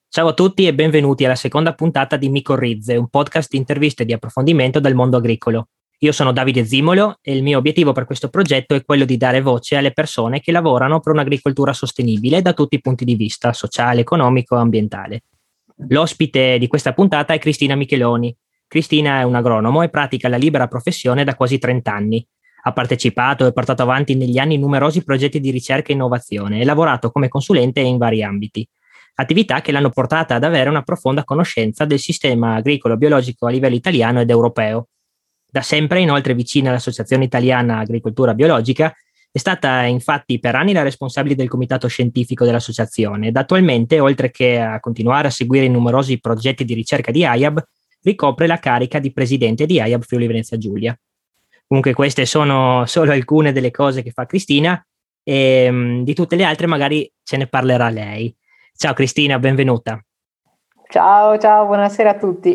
Ciao a tutti e benvenuti alla seconda puntata di Micorrizze, un podcast di interviste e di approfondimento del mondo agricolo. Io sono Davide Zimolo e il mio obiettivo per questo progetto è quello di dare voce alle persone che lavorano per un'agricoltura sostenibile da tutti i punti di vista, sociale, economico e ambientale. L'ospite di questa puntata è Cristina Micheloni. Cristina è un agronomo e pratica la libera professione da quasi 30 anni. Ha partecipato e portato avanti negli anni numerosi progetti di ricerca e innovazione e lavorato come consulente in vari ambiti. Attività che l'hanno portata ad avere una profonda conoscenza del sistema agricolo biologico a livello italiano ed europeo. Da sempre, inoltre, vicina all'Associazione Italiana Agricoltura Biologica, è stata infatti per anni la responsabile del comitato scientifico dell'associazione ed attualmente, oltre che a continuare a seguire i numerosi progetti di ricerca di AIAB, ricopre la carica di presidente di AIAB Friuli Venezia Giulia. Comunque queste sono solo alcune delle cose che fa Cristina e di tutte le altre magari ce ne parlerà lei. Ciao Cristina, benvenuta. Ciao, buonasera a tutti.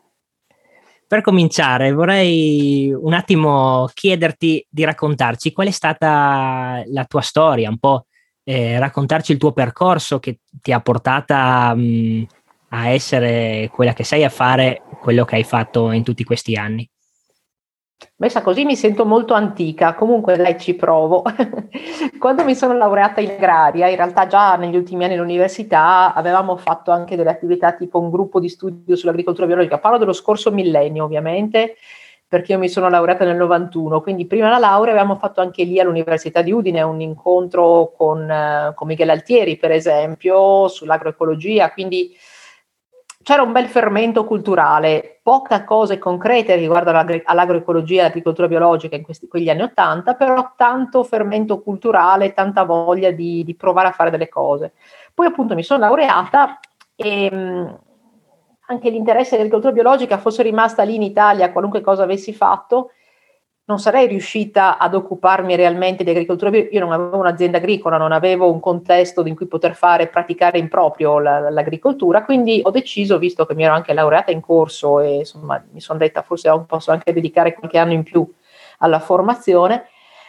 Per cominciare vorrei un attimo chiederti di raccontarci qual è stata la tua storia, un po' raccontarci il tuo percorso che ti ha portata a essere quella che sei, a fare quello che hai fatto in tutti questi anni. Messa così mi sento molto antica, comunque dai, ci provo. Quando mi sono laureata in agraria, in realtà già negli ultimi anni all'università avevamo fatto anche delle attività tipo un gruppo di studio sull'agricoltura biologica. Parlo dello scorso millennio ovviamente, perché io mi sono laureata nel 91, quindi prima della laurea avevamo fatto anche lì all'Università di Udine un incontro con Michele Altieri, per esempio, sull'agroecologia, quindi c'era un bel fermento culturale, poche cose concrete riguardo all'agroecologia e all'agricoltura biologica in quegli anni '80, però tanto fermento culturale, tanta voglia di provare a fare delle cose. Poi appunto mi sono laureata e anche l'interesse dell'agricoltura biologica fosse rimasta lì in Italia, qualunque cosa avessi fatto, non sarei riuscita ad occuparmi realmente di agricoltura biologica. Io non avevo un'azienda agricola, non avevo un contesto in cui poter praticare in proprio l'agricoltura, quindi ho deciso, visto che mi ero anche laureata in corso e insomma mi sono detta forse posso anche dedicare qualche anno in più alla formazione,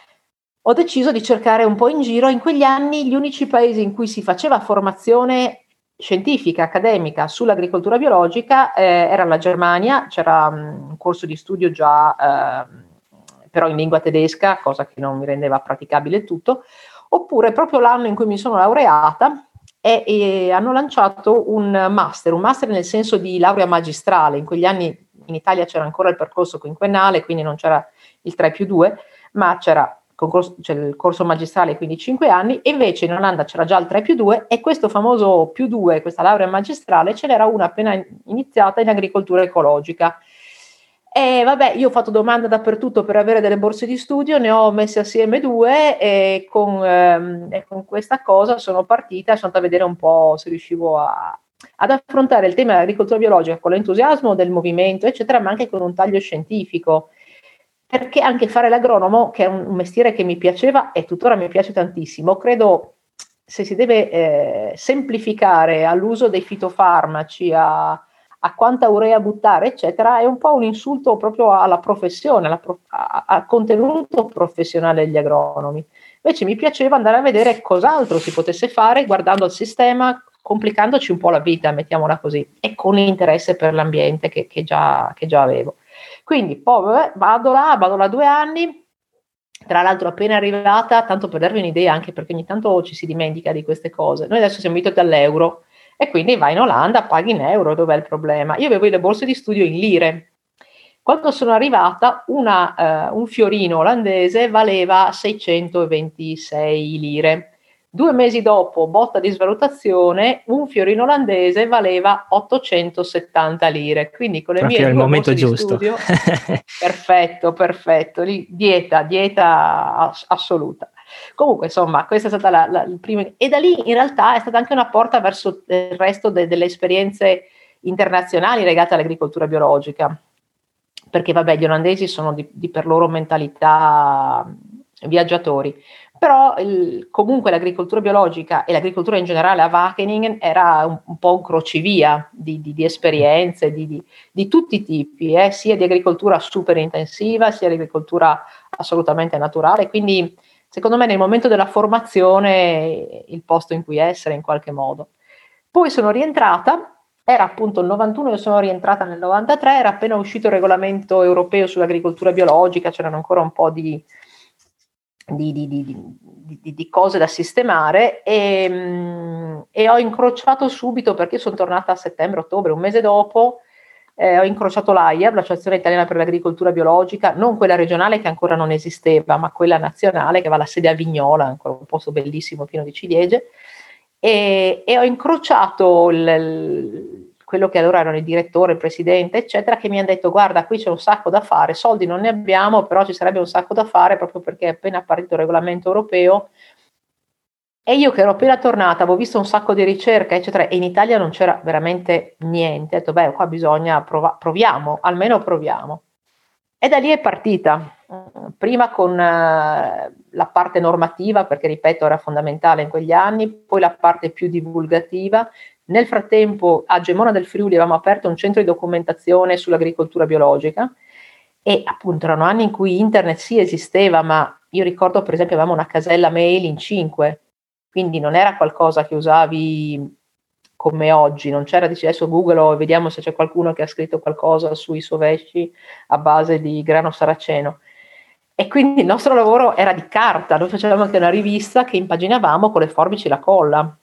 ho deciso di cercare un po' in giro. In quegli anni gli unici paesi in cui si faceva formazione scientifica, accademica sull'agricoltura biologica era la Germania, c'era un corso di studio già però in lingua tedesca, cosa che non mi rendeva praticabile il tutto, oppure proprio l'anno in cui mi sono laureata e hanno lanciato un master nel senso di laurea magistrale. In quegli anni in Italia c'era ancora il percorso quinquennale, quindi non c'era il 3+2, ma c'era il corso magistrale, quindi 5 anni, e invece in Olanda c'era già il 3+2 e questo famoso +2, questa laurea magistrale, ce n'era una appena iniziata in agricoltura ecologica. E vabbè, io ho fatto domanda dappertutto per avere delle borse di studio, ne ho messe assieme due e con questa cosa sono partita e sono andata a vedere un po' se riuscivo ad affrontare il tema dell'agricoltura biologica con l'entusiasmo del movimento, eccetera, ma anche con un taglio scientifico. Perché anche fare l'agronomo, che è un mestiere che mi piaceva e tuttora mi piace tantissimo, credo se si deve semplificare all'uso dei fitofarmaci, a quanta urea buttare, eccetera, è un po' un insulto proprio alla professione, al contenuto professionale degli agronomi. Invece mi piaceva andare a vedere cos'altro si potesse fare guardando il sistema, complicandoci un po' la vita, mettiamola così, e con interesse per l'ambiente che già avevo. Quindi poi vado là 2 anni, tra l'altro appena arrivata, tanto per darvi un'idea, anche perché ogni tanto ci si dimentica di queste cose, noi adesso siamo abituati all'euro, e quindi vai in Olanda, paghi in euro, dov'è il problema? Io avevo le borse di studio in lire. Quando sono arrivata, un fiorino olandese valeva 626 lire. 2 mesi dopo, botta di svalutazione, un fiorino olandese valeva 870 lire. Quindi con le Proprio mie 2 borse di giusto. studio, perfetto, lì, dieta assoluta. Comunque, insomma, questa è stata il primo, e da lì in realtà è stata anche una porta verso il resto delle esperienze internazionali legate all'agricoltura biologica, perché vabbè, gli olandesi sono di per loro mentalità viaggiatori, però comunque l'agricoltura biologica e l'agricoltura in generale a Wageningen era un po' un crocevia di esperienze di tutti i tipi, sia di agricoltura super intensiva, sia di agricoltura assolutamente naturale, quindi secondo me nel momento della formazione il posto in cui essere in qualche modo. Poi sono rientrata, era appunto il 91, io sono rientrata nel 93, era appena uscito il regolamento europeo sull'agricoltura biologica, c'erano ancora un po' di cose da sistemare e ho incrociato subito, perché sono tornata a settembre-ottobre, un mese dopo, ho incrociato l'AIAB, l'Associazione Italiana per l'Agricoltura Biologica, non quella regionale che ancora non esisteva, ma quella nazionale che aveva la sede a Vignola, ancora un posto bellissimo pieno di ciliegie, e ho incrociato quello che allora erano il direttore, il presidente, eccetera, che mi hanno detto: guarda, qui c'è un sacco da fare, soldi non ne abbiamo, però ci sarebbe un sacco da fare proprio perché è appena partito il regolamento europeo. E io che ero appena tornata, avevo visto un sacco di ricerca, eccetera, e in Italia non c'era veramente niente. Ho detto, beh, qua bisogna proviamo, almeno proviamo. E da lì è partita, prima con la parte normativa, perché ripeto era fondamentale in quegli anni, poi la parte più divulgativa. Nel frattempo a Gemona del Friuli avevamo aperto un centro di documentazione sull'agricoltura biologica e appunto erano anni in cui internet sì esisteva, ma io ricordo per esempio avevamo una casella mail in 5, quindi non era qualcosa che usavi come oggi, non c'era, dici adesso Google vediamo se c'è qualcuno che ha scritto qualcosa sui sovesci a base di grano saraceno. E quindi il nostro lavoro era di carta, noi facevamo anche una rivista che impaginavamo con le forbici e la colla.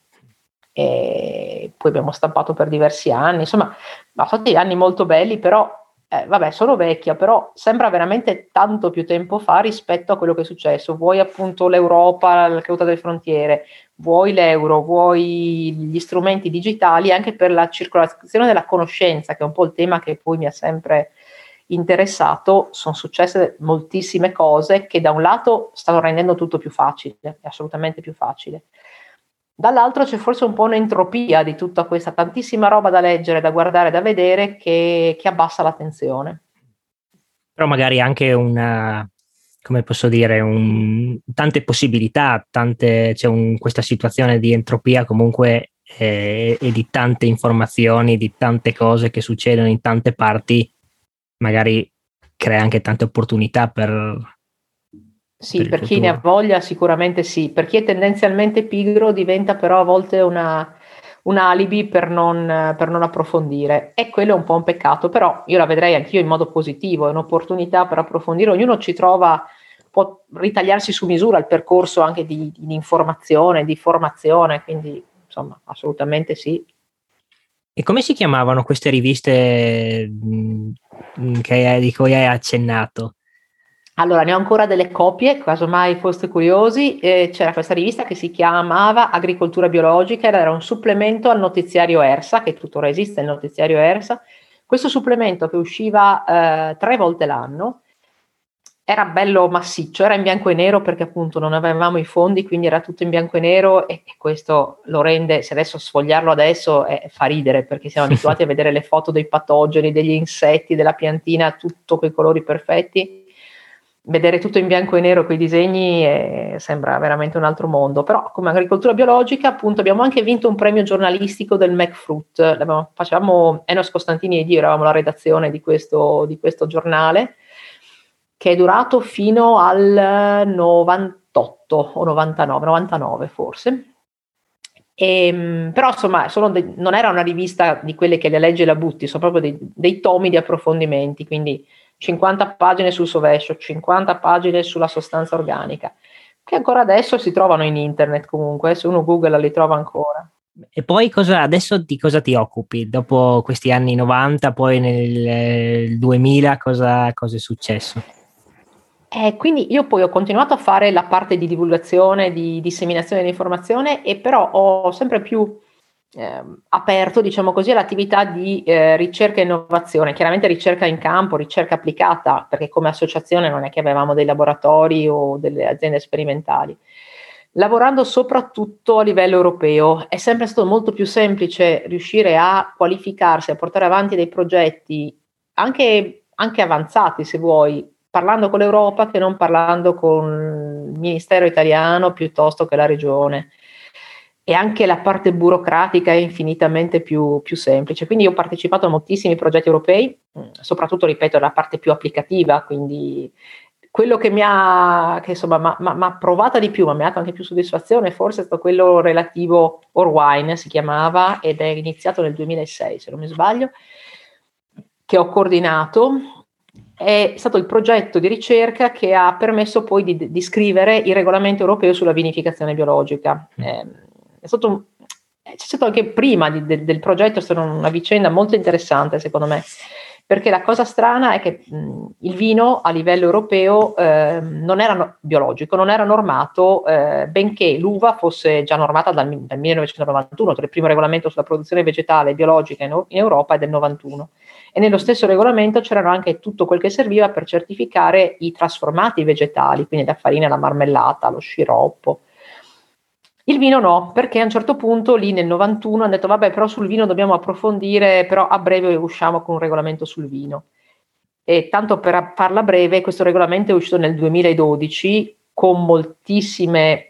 E poi abbiamo stampato per diversi anni, insomma, sono stati anni molto belli, però vabbè, sono vecchia, però sembra veramente tanto più tempo fa rispetto a quello che è successo. Vuoi appunto l'Europa, la caduta delle frontiere, vuoi l'euro, vuoi gli strumenti digitali, anche per la circolazione della conoscenza, che è un po' il tema che poi mi ha sempre interessato. Sono successe moltissime cose che da un lato stanno rendendo tutto più facile, assolutamente più facile. Dall'altro c'è forse un po' un'entropia di tutta questa tantissima roba da leggere, da guardare, da vedere che abbassa l'attenzione. Però magari anche una, come posso dire, tante possibilità, questa situazione di entropia comunque e di tante informazioni, di tante cose che succedono in tante parti, magari crea anche tante opportunità per Sì, per chi ne ha futuro. voglia sicuramente sì, per chi è tendenzialmente pigro diventa però a volte un alibi per non approfondire, e quello è un po' un peccato, però io la vedrei anch'io in modo positivo, è un'opportunità per approfondire, ognuno può ritagliarsi su misura il percorso anche di informazione, di formazione, quindi insomma assolutamente sì. E come si chiamavano queste riviste di cui hai accennato? Allora, ne ho ancora delle copie, casomai foste curiosi. C'era questa rivista che si chiamava Agricoltura Biologica, era un supplemento al notiziario ERSA, che tuttora esiste il notiziario ERSA. Questo supplemento che usciva 3 volte l'anno, era bello massiccio, era in bianco e nero perché appunto non avevamo i fondi, quindi era tutto in bianco e nero e questo lo rende, se adesso sfogliarlo adesso fa ridere perché siamo abituati a vedere le foto dei patogeni, degli insetti, della piantina, tutto con i colori perfetti. Vedere tutto in bianco e nero con i disegni sembra veramente un altro mondo, però come agricoltura biologica appunto abbiamo anche vinto un premio giornalistico del McFruit, facevamo Enos Costantini ed io eravamo la redazione di questo giornale che è durato fino al 98 o 99 forse. Però insomma non era una rivista di quelle che le leggi e la butti, sono proprio dei tomi di approfondimenti, quindi 50 pagine sul sovescio, 50 pagine sulla sostanza organica, che ancora adesso si trovano in internet comunque, se uno googla li trova ancora. E poi adesso di cosa ti occupi? Dopo questi anni 90, poi nel 2000, cosa è successo? Quindi io poi ho continuato a fare la parte di divulgazione, di disseminazione dell'informazione, e però ho sempre più aperto, diciamo così, all'attività di ricerca e innovazione, chiaramente ricerca in campo, ricerca applicata, perché come associazione non è che avevamo dei laboratori o delle aziende sperimentali. Lavorando soprattutto a livello europeo, è sempre stato molto più semplice riuscire a qualificarsi, a portare avanti dei progetti anche avanzati, se vuoi, parlando con l'Europa che non parlando con il Ministero italiano piuttosto che la regione. E anche la parte burocratica è infinitamente più semplice. Quindi io ho partecipato a moltissimi progetti europei, soprattutto, ripeto, la parte più applicativa, quindi Quello che m'ha provata di più, ma mi ha dato anche più soddisfazione, forse è stato quello relativo, Orwine si chiamava, ed è iniziato nel 2006, se non mi sbaglio, che ho coordinato. È stato il progetto di ricerca che ha permesso poi di scrivere il regolamento europeo sulla vinificazione biologica. C'è stato anche prima del progetto, è stata una vicenda molto interessante secondo me, perché la cosa strana è che il vino a livello europeo non era biologico, non era normato, benché l'uva fosse già normata dal 1991, cioè il primo regolamento sulla produzione vegetale biologica in Europa è del 91. E nello stesso regolamento c'erano anche tutto quel che serviva per certificare i trasformati vegetali, quindi la farina, la marmellata, lo sciroppo. Il vino no, perché a un certo punto lì nel 91 hanno detto vabbè, però sul vino dobbiamo approfondire, però a breve usciamo con un regolamento sul vino. E tanto per farla breve, questo regolamento è uscito nel 2012 con moltissime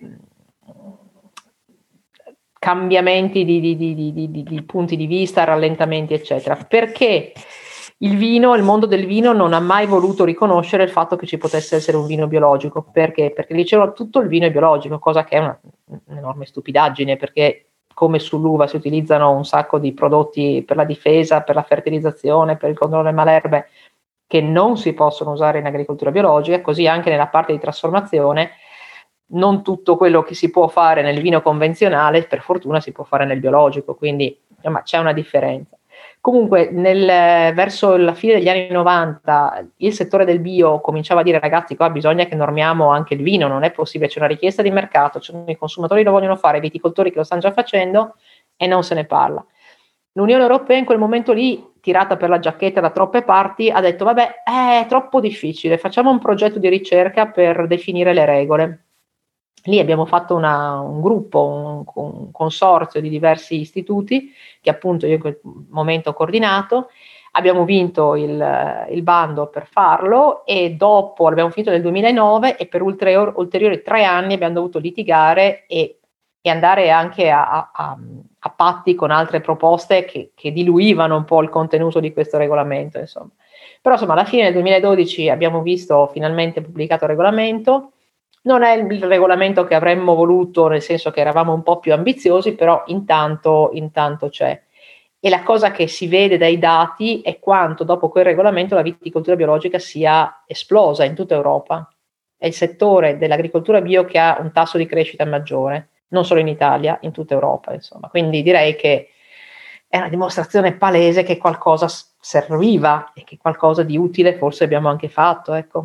cambiamenti di punti di vista, rallentamenti eccetera, perché il mondo del vino non ha mai voluto riconoscere il fatto che ci potesse essere un vino biologico. Perché? Perché dicevano tutto il vino è biologico, cosa che è un'enorme stupidaggine, perché come sull'uva si utilizzano un sacco di prodotti per la difesa, per la fertilizzazione, per il controllo delle malerbe, che non si possono usare in agricoltura biologica, così anche nella parte di trasformazione. Non tutto quello che si può fare nel vino convenzionale, per fortuna, si può fare nel biologico, quindi insomma, c'è una differenza. Comunque, verso la fine degli anni 90, il settore del bio cominciava a dire ragazzi, qua bisogna che normiamo anche il vino, non è possibile, c'è una richiesta di mercato, i consumatori lo vogliono fare, i viticoltori che lo stanno già facendo e non se ne parla. L'Unione Europea in quel momento lì, tirata per la giacchetta da troppe parti, ha detto vabbè, è troppo difficile, facciamo un progetto di ricerca per definire le regole. Lì abbiamo fatto un gruppo, un consorzio di diversi istituti che appunto io in quel momento ho coordinato. Abbiamo vinto il bando per farlo e dopo l'abbiamo finito nel 2009 e per ulteriori 3 anni abbiamo dovuto litigare e andare anche a patti con altre proposte che diluivano un po' il contenuto di questo regolamento, insomma. Però insomma alla fine del 2012 abbiamo visto finalmente pubblicato il regolamento. Non è il regolamento che avremmo voluto, nel senso che eravamo un po' più ambiziosi, però intanto c'è. E la cosa che si vede dai dati è quanto dopo quel regolamento la viticoltura biologica sia esplosa in tutta Europa. È il settore dell'agricoltura bio che ha un tasso di crescita maggiore, non solo in Italia, in tutta Europa, insomma. Quindi direi che è una dimostrazione palese che qualcosa serviva e che qualcosa di utile forse abbiamo anche fatto, ecco.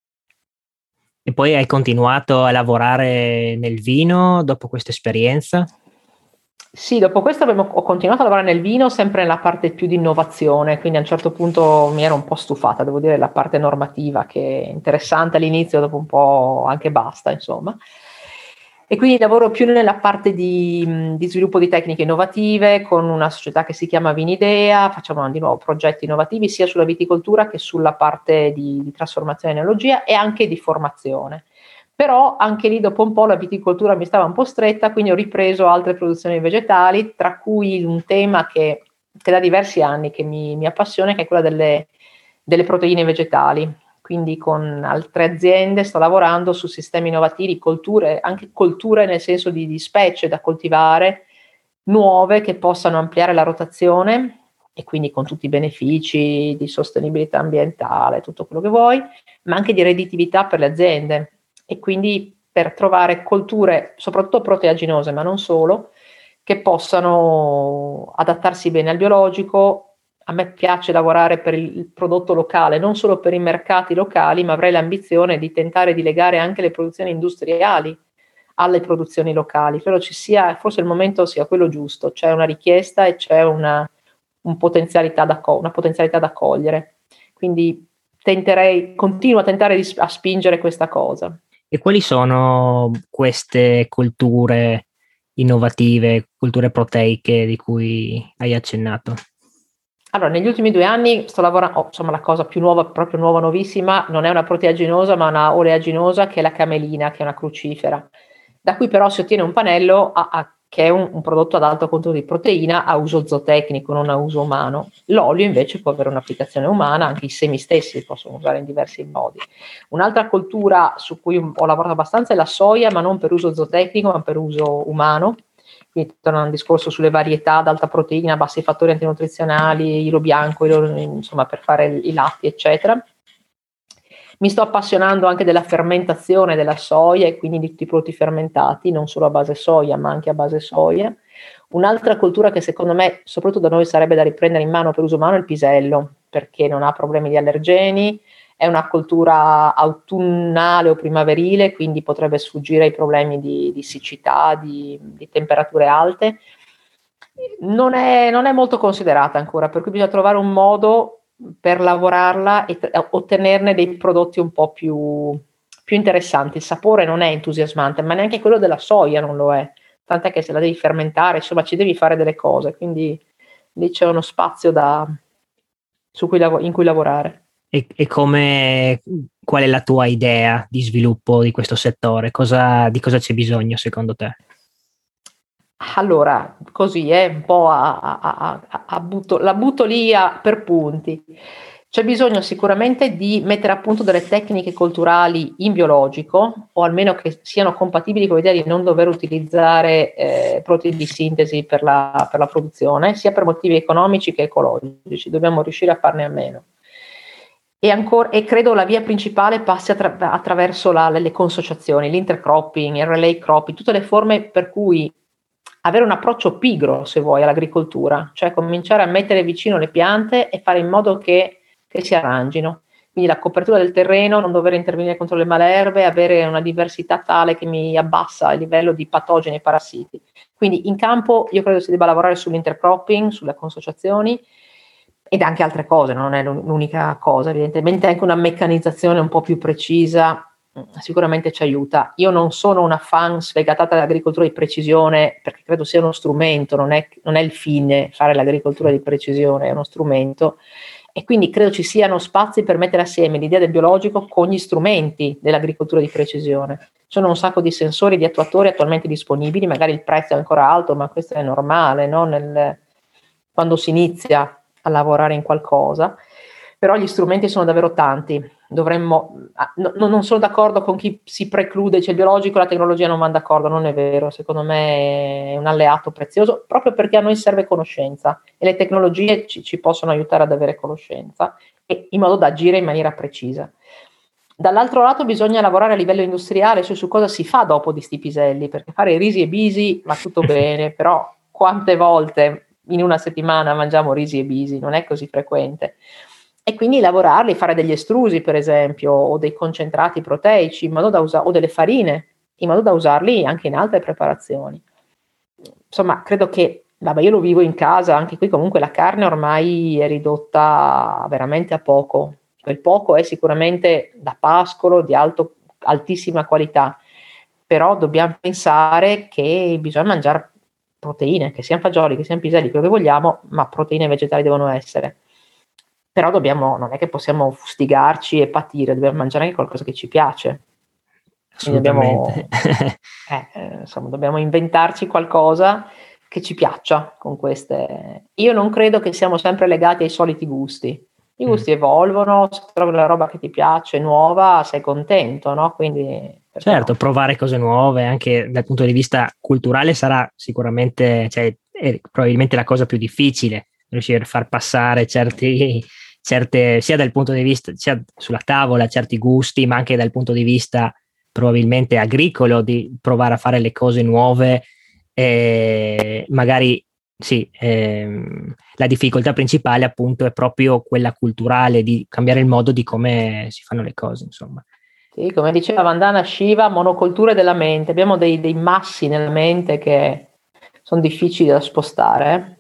E poi hai continuato a lavorare nel vino dopo questa esperienza? Sì, dopo questo ho continuato a lavorare nel vino, sempre nella parte più di innovazione, quindi a un certo punto mi ero un po' stufata, devo dire, la parte normativa che è interessante all'inizio, dopo un po' anche basta, insomma. E quindi lavoro più nella parte di sviluppo di tecniche innovative con una società che si chiama Vinidea, facciamo di nuovo progetti innovativi sia sulla viticoltura che sulla parte di trasformazione e enologia e anche di formazione. Però anche lì dopo un po' la viticoltura mi stava un po' stretta, quindi ho ripreso altre produzioni vegetali, tra cui un tema che da diversi anni che mi appassiona, che è quella delle proteine vegetali. Quindi con altre aziende sto lavorando su sistemi innovativi, anche colture nel senso di specie da coltivare, nuove che possano ampliare la rotazione e quindi con tutti i benefici di sostenibilità ambientale, tutto quello che vuoi, ma anche di redditività per le aziende. E quindi per trovare colture, soprattutto proteaginose, ma non solo, che possano adattarsi bene al biologico. A me piace lavorare per il prodotto locale, non solo per i mercati locali, ma avrei l'ambizione di tentare di legare anche le produzioni industriali alle produzioni locali. Credo ci sia, forse il momento sia quello giusto, c'è una richiesta e c'è una potenzialità da cogliere. Quindi continuo a tentare a spingere questa cosa. E quali sono queste colture innovative, culture proteiche di cui hai accennato? Allora, negli ultimi 2 anni sto lavorando, insomma, la cosa più nuova, proprio nuova, nuovissima, non è una proteaginosa, ma una oleaginosa, che è la camelina, che è una crucifera, da cui però si ottiene un panello a che è un prodotto ad alto contenuto di proteina a uso zootecnico, non a uso umano. L'olio invece può avere un'applicazione umana, anche i semi stessi si possono usare in diversi modi. Un'altra coltura su cui ho lavorato abbastanza è la soia, ma non per uso zootecnico, ma per uso umano. Quindi torna un discorso sulle varietà ad alta proteina, bassi fattori antinutrizionali, ilo bianco, insomma, per fare i latti, eccetera. Mi sto appassionando anche della fermentazione della soia e quindi di tutti i prodotti fermentati, non solo a base soia, ma anche a base soia. Un'altra coltura che secondo me, soprattutto da noi, sarebbe da riprendere in mano per uso umano è il pisello, perché non ha problemi di allergeni, è una coltura autunnale o primaverile, quindi potrebbe sfuggire ai problemi di siccità, di temperature alte. Non è molto considerata ancora, per cui bisogna trovare un modo per lavorarla e ottenerne dei prodotti un po' più interessanti. Il sapore non è entusiasmante, ma neanche quello della soia non lo è, tant'è che se la devi fermentare, insomma, ci devi fare delle cose, quindi lì c'è uno spazio in cui lavorare. E qual è la tua idea di sviluppo di questo settore? Di cosa c'è bisogno secondo te? Allora, così un po' la butto lì per punti. C'è bisogno sicuramente di mettere a punto delle tecniche culturali in biologico, o almeno che siano compatibili con l'idea di non dover utilizzare proteine di sintesi per la produzione, sia per motivi economici che ecologici. Dobbiamo riuscire a farne a meno. E credo la via principale passi attraverso le consociazioni, l'intercropping, il relay cropping, tutte le forme per cui avere un approccio pigro, se vuoi, all'agricoltura, cioè cominciare a mettere vicino le piante e fare in modo che si arrangino. Quindi la copertura del terreno, non dover intervenire contro le malerbe, avere una diversità tale che mi abbassa il livello di patogeni e parassiti. Quindi in campo io credo si debba lavorare sull'intercropping, sulle consociazioni ed anche altre cose, non è l'unica cosa, evidentemente anche una meccanizzazione un po' più precisa sicuramente ci aiuta. Io non sono una fan sfegatata dell'agricoltura di precisione, perché credo sia uno strumento, non è il fine fare l'agricoltura di precisione, è uno strumento, e quindi credo ci siano spazi per mettere assieme l'idea del biologico con gli strumenti dell'agricoltura di precisione. Ci sono un sacco di sensori, di attuatori attualmente disponibili, magari il prezzo è ancora alto, ma questo è normale, no? Quando si inizia a lavorare in qualcosa, però gli strumenti sono davvero tanti. Non sono d'accordo con chi si preclude, il biologico e la tecnologia non vanno d'accordo, non è vero, secondo me è un alleato prezioso, proprio perché a noi serve conoscenza e le tecnologie ci possono aiutare ad avere conoscenza e in modo da agire in maniera precisa. Dall'altro lato bisogna lavorare a livello industriale su cosa si fa dopo di sti piselli, perché fare risi e bisi va tutto bene, però quante volte in una settimana mangiamo risi e bisi? Non è così frequente. E quindi lavorarli, fare degli estrusi per esempio, o dei concentrati proteici, in modo da o delle farine, in modo da usarli anche in altre preparazioni. Insomma, credo che, io lo vivo in casa, anche qui comunque la carne ormai è ridotta veramente a poco. Quel poco è sicuramente da pascolo di altissima qualità, però dobbiamo pensare che bisogna mangiare proteine, che siano fagioli, che siano piselli, quello che vogliamo, ma proteine vegetali devono essere. Però non è che possiamo fustigarci e patire, dobbiamo mangiare anche qualcosa che ci piace. Assolutamente. Dobbiamo inventarci qualcosa che ci piaccia con queste. Io non credo che siamo sempre legati ai soliti gusti. I gusti evolvono, se trovi la roba che ti piace, nuova, sei contento, no? Quindi certo, provare cose nuove anche dal punto di vista culturale sarà sicuramente, è probabilmente la cosa più difficile, riuscire a far passare certe, sia dal punto di vista, sia sulla tavola, certi gusti, ma anche dal punto di vista probabilmente agricolo, di provare a fare le cose nuove, magari sì, la difficoltà principale appunto è proprio quella culturale, di cambiare il modo di come si fanno le cose, insomma. Sì, come diceva Vandana Shiva, monocolture della mente, abbiamo dei massi nella mente che sono difficili da spostare.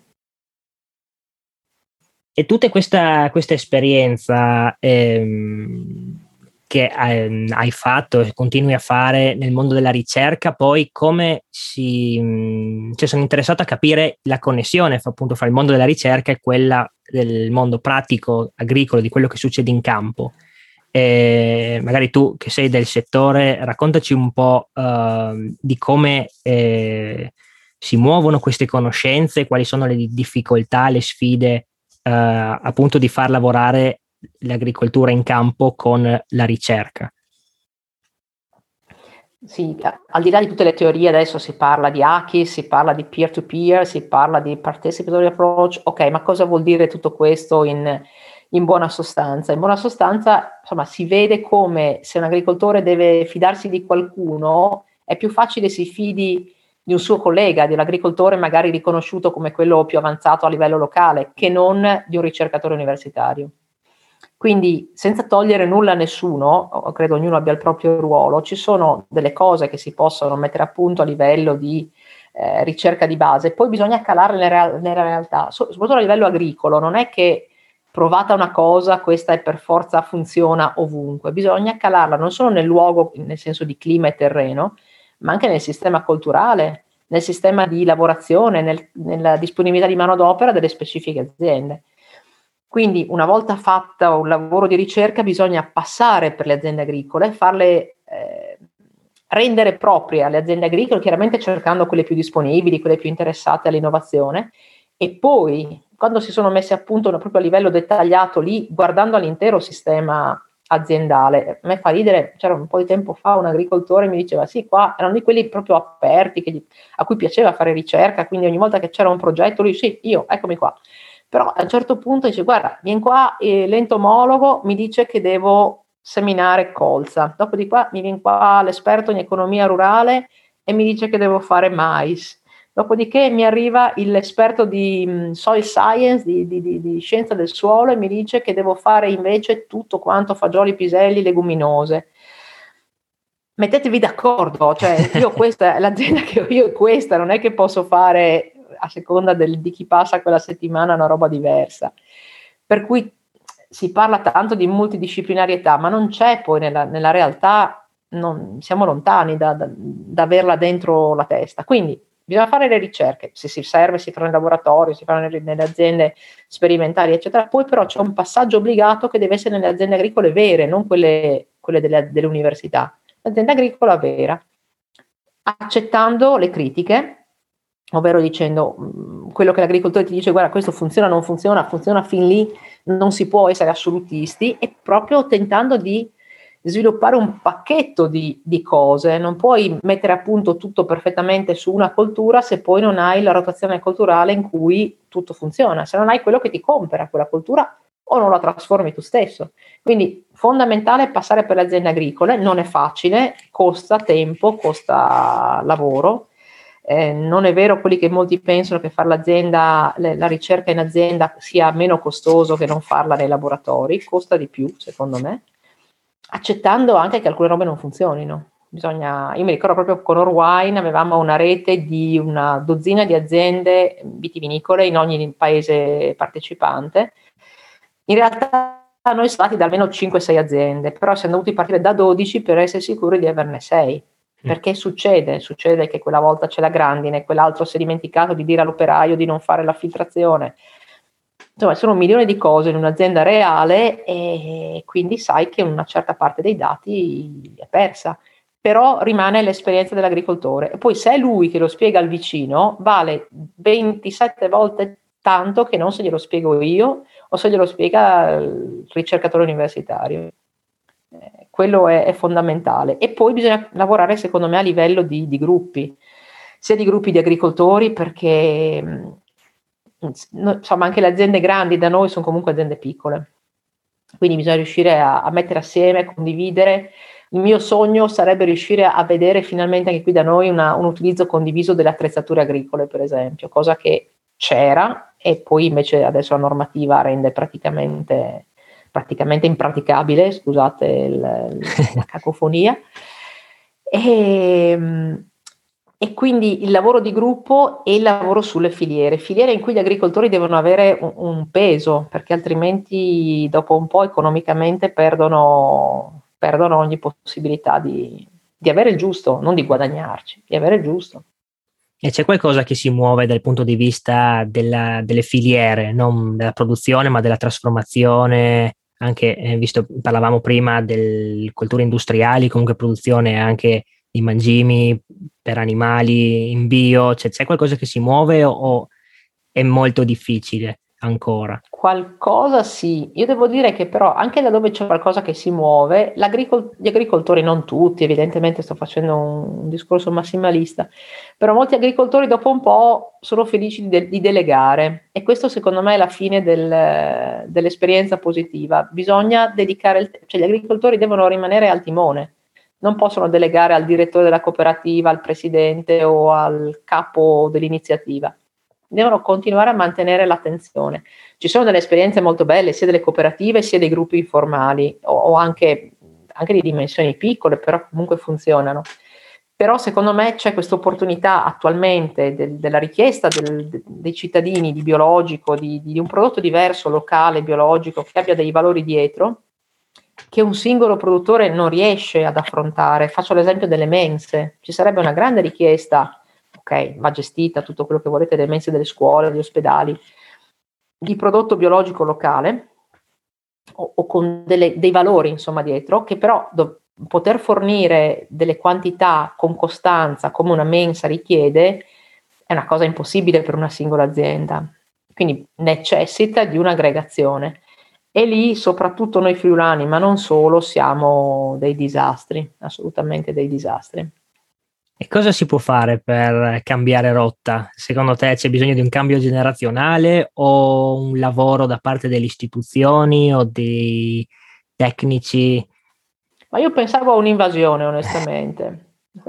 E tutta questa esperienza che hai fatto e continui a fare nel mondo della ricerca, poi come sono interessato a capire la connessione appunto fra il mondo della ricerca e quella del mondo pratico agricolo, di quello che succede in campo. Magari tu che sei del settore, raccontaci un po' di come si muovono queste conoscenze? Quali sono le difficoltà, le sfide appunto di far lavorare l'agricoltura in campo con la ricerca? Sì, al di là di tutte le teorie, adesso si parla di hacking, si parla di peer-to-peer, si parla di participatory approach. Ok, ma cosa vuol dire tutto questo in buona sostanza? In buona sostanza, insomma, si vede come se un agricoltore deve fidarsi di qualcuno, è più facile si fidi di un suo collega, di un agricoltore magari riconosciuto come quello più avanzato a livello locale, che non di un ricercatore universitario. Quindi, senza togliere nulla a nessuno, credo ognuno abbia il proprio ruolo, ci sono delle cose che si possono mettere a punto a livello di ricerca di base, poi bisogna calarle nella realtà, soprattutto a livello agricolo. Non è che provata una cosa, questa è per forza funziona ovunque, bisogna calarla non solo nel luogo, nel senso di clima e terreno, ma anche nel sistema culturale, nel sistema di lavorazione, nella disponibilità di manodopera delle specifiche aziende. Quindi una volta fatta un lavoro di ricerca bisogna passare per le aziende agricole, farle rendere proprie alle aziende agricole, chiaramente cercando quelle più disponibili, quelle più interessate all'innovazione, e poi quando si sono messe a punto proprio a livello dettagliato lì, guardando all'intero sistema aziendale. A me fa ridere, c'era un po' di tempo fa un agricoltore mi diceva sì, qua erano di quelli proprio aperti, a cui piaceva fare ricerca, quindi ogni volta che c'era un progetto lui sì, io, eccomi qua. Però a un certo punto dice guarda, vieni qua, l'entomologo mi dice che devo seminare colza, dopo di qua mi viene qua l'esperto in economia rurale e mi dice che devo fare mais, dopodiché mi arriva l'esperto di soil science, di scienza del suolo, e mi dice che devo fare invece tutto quanto fagioli, piselli, leguminose. Mettetevi d'accordo, cioè io questa è l'azienda che ho io, questa non è che posso fare a seconda di chi passa quella settimana una roba diversa, per cui si parla tanto di multidisciplinarietà, ma non c'è poi nella realtà, siamo lontani da averla dentro la testa. Quindi bisogna fare le ricerche, se si serve si fanno in laboratorio, si fanno nelle aziende sperimentali eccetera, poi però c'è un passaggio obbligato che deve essere nelle aziende agricole vere, non quelle delle università, l'azienda agricola vera, accettando le critiche, ovvero dicendo quello che l'agricoltore ti dice guarda questo funziona, non funziona, funziona fin lì, non si può essere assolutisti, e proprio tentando di sviluppare un pacchetto di cose. Non puoi mettere a punto tutto perfettamente su una coltura se poi non hai la rotazione culturale in cui tutto funziona, se non hai quello che ti compra quella coltura o non la trasformi tu stesso. Quindi fondamentale passare per le aziende agricole, non è facile, costa tempo, costa lavoro. Non è vero quelli che molti pensano che fare la ricerca in azienda sia meno costoso che non farla nei laboratori, costa di più secondo me, accettando anche che alcune robe non funzionino. Io mi ricordo proprio con Orwine avevamo una rete di una dozzina di aziende vitivinicole in ogni paese partecipante. In realtà noi siamo stati da almeno 5-6 aziende, però siamo dovuti partire da 12 per essere sicuri di averne 6. Perché succede che quella volta c'è la grandine, quell'altro si è dimenticato di dire all'operaio di non fare la filtrazione. Insomma, sono milioni di cose in un'azienda reale e quindi sai che una certa parte dei dati è persa. Però rimane l'esperienza dell'agricoltore. E poi se è lui che lo spiega al vicino, vale 27 volte tanto che non se glielo spiego io o se glielo spiega il ricercatore universitario. Quello è fondamentale. E poi bisogna lavorare secondo me a livello di gruppi, sia di gruppi di agricoltori, perché insomma anche le aziende grandi da noi sono comunque aziende piccole, quindi bisogna riuscire a mettere assieme, a condividere. Il mio sogno sarebbe riuscire a vedere finalmente anche qui da noi un utilizzo condiviso delle attrezzature agricole, per esempio, cosa che c'era e poi invece adesso la normativa rende praticamente impraticabile, scusate la cacofonia, e quindi il lavoro di gruppo e il lavoro sulle filiere in cui gli agricoltori devono avere un peso, perché altrimenti dopo un po' economicamente perdono ogni possibilità di avere il giusto, non di guadagnarci, di avere il giusto. E c'è qualcosa che si muove dal punto di vista delle filiere, non della produzione ma della trasformazione, anche visto parlavamo prima delle colture industriali, comunque produzione anche di mangimi per animali in bio? Cioè, c'è qualcosa che si muove o è molto difficile ancora? Qualcosa sì, io devo dire che però anche da dove c'è qualcosa che si muove, gli agricoltori, non tutti, evidentemente sto facendo un discorso massimalista, però molti agricoltori dopo un po' sono felici di delegare e questo secondo me è la fine dell'esperienza positiva. Bisogna dedicare, cioè gli agricoltori devono rimanere al timone, non possono delegare al direttore della cooperativa, al presidente o al capo dell'iniziativa. Devono continuare a mantenere l'attenzione. Ci sono delle esperienze molto belle, sia delle cooperative sia dei gruppi informali, o anche di dimensioni piccole, però comunque funzionano. Però secondo me c'è questa opportunità attualmente della richiesta dei cittadini di biologico, di un prodotto diverso, locale, biologico, che abbia dei valori dietro, che un singolo produttore non riesce ad affrontare. Faccio l'esempio delle mense. Ci sarebbe una grande richiesta, ok, va gestita tutto quello che volete, delle mense delle scuole, degli ospedali, di prodotto biologico locale o con dei valori insomma dietro, che però poter fornire delle quantità con costanza come una mensa richiede è una cosa impossibile per una singola azienda, quindi necessita di un'aggregazione e lì soprattutto noi friulani, ma non solo, siamo dei disastri, assolutamente dei disastri. E cosa si può fare per cambiare rotta? Secondo te c'è bisogno di un cambio generazionale o un lavoro da parte delle istituzioni o dei tecnici? Ma io pensavo a un'invasione, onestamente.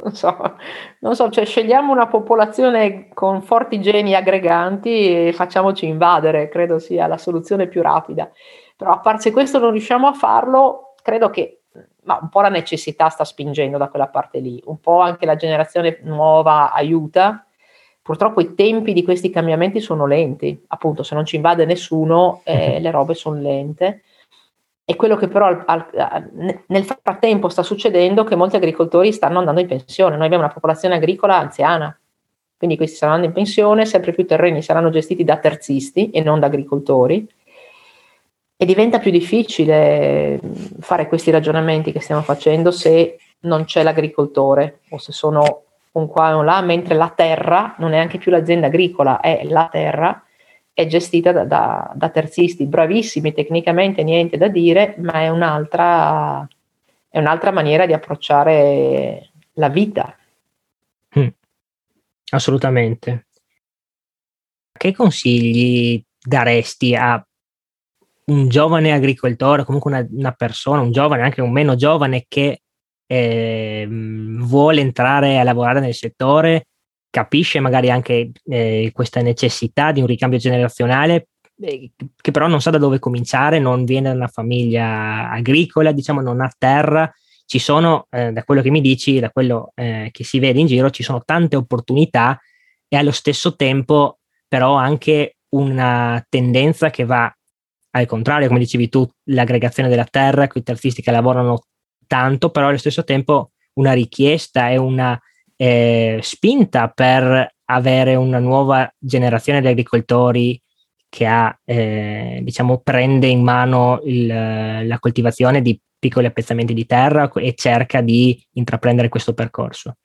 Non so, cioè scegliamo una popolazione con forti geni aggreganti e facciamoci invadere, credo sia la soluzione più rapida. Però a parte questo non riusciamo a farlo, credo che un po' la necessità sta spingendo da quella parte lì, un po' anche la generazione nuova aiuta. Purtroppo i tempi di questi cambiamenti sono lenti, appunto se non ci invade nessuno le robe sono lente. E quello che però nel frattempo sta succedendo è che molti agricoltori stanno andando in pensione. Noi abbiamo una popolazione agricola anziana, quindi questi stanno andando in pensione, sempre più terreni saranno gestiti da terzisti e non da agricoltori e diventa più difficile fare questi ragionamenti che stiamo facendo se non c'è l'agricoltore o se sono un qua e un là, mentre la terra non è anche più l'azienda agricola, è la terra, è gestita da terzisti bravissimi tecnicamente, niente da dire, ma è un'altra maniera di approcciare la vita. Assolutamente. Che consigli daresti a un giovane agricoltore, comunque una persona, un giovane, anche un meno giovane che vuole entrare a lavorare nel settore, capisce magari anche questa necessità di un ricambio generazionale, che però non sa da dove cominciare, non viene da una famiglia agricola, diciamo, non ha terra. Ci sono, da quello che mi dici, da quello che si vede in giro, ci sono tante opportunità e allo stesso tempo però anche una tendenza che va al contrario, come dicevi tu, l'aggregazione della terra, quei terzisti che lavorano tanto, però allo stesso tempo una richiesta e una spinta per avere una nuova generazione di agricoltori che diciamo, prende in mano la coltivazione di piccoli appezzamenti di terra e cerca di intraprendere questo percorso.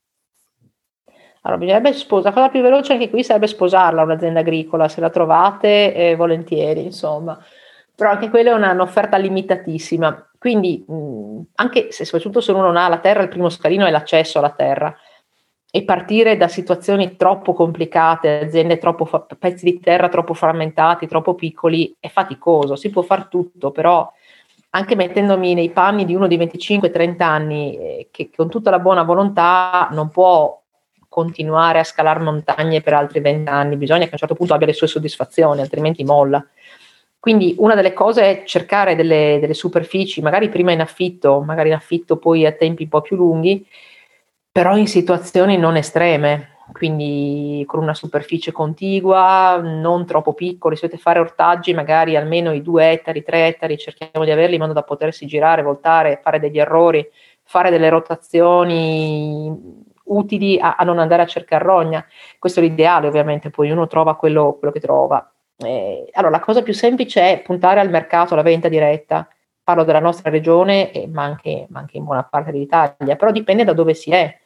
Allora, bisognerebbe la cosa più veloce anche qui sarebbe sposarla un'azienda agricola, se la trovate volentieri, insomma. Però anche quella è un'offerta limitatissima, quindi anche se soprattutto se uno non ha la terra, il primo scalino è l'accesso alla terra e partire da situazioni troppo complicate, aziende troppo pezzi di terra troppo frammentati, troppo piccoli, è faticoso, si può far tutto, però anche mettendomi nei panni di uno di 25-30 anni che con tutta la buona volontà non può continuare a scalare montagne per altri 20 anni, bisogna che a un certo punto abbia le sue soddisfazioni, altrimenti molla. Quindi una delle cose è cercare delle superfici, magari prima in affitto poi a tempi un po' più lunghi, però in situazioni non estreme, quindi con una superficie contigua, non troppo piccoli. Se dovete fare ortaggi, magari almeno i 2 ettari, 3 ettari, cerchiamo di averli in modo da potersi girare, voltare, fare degli errori, fare delle rotazioni utili a non andare a cercare rogna. Questo è l'ideale, ovviamente, poi uno trova quello che trova. Allora, la cosa più semplice è puntare al mercato, alla vendita diretta. Parlo della nostra regione, ma anche in buona parte dell'Italia, però dipende da dove si è.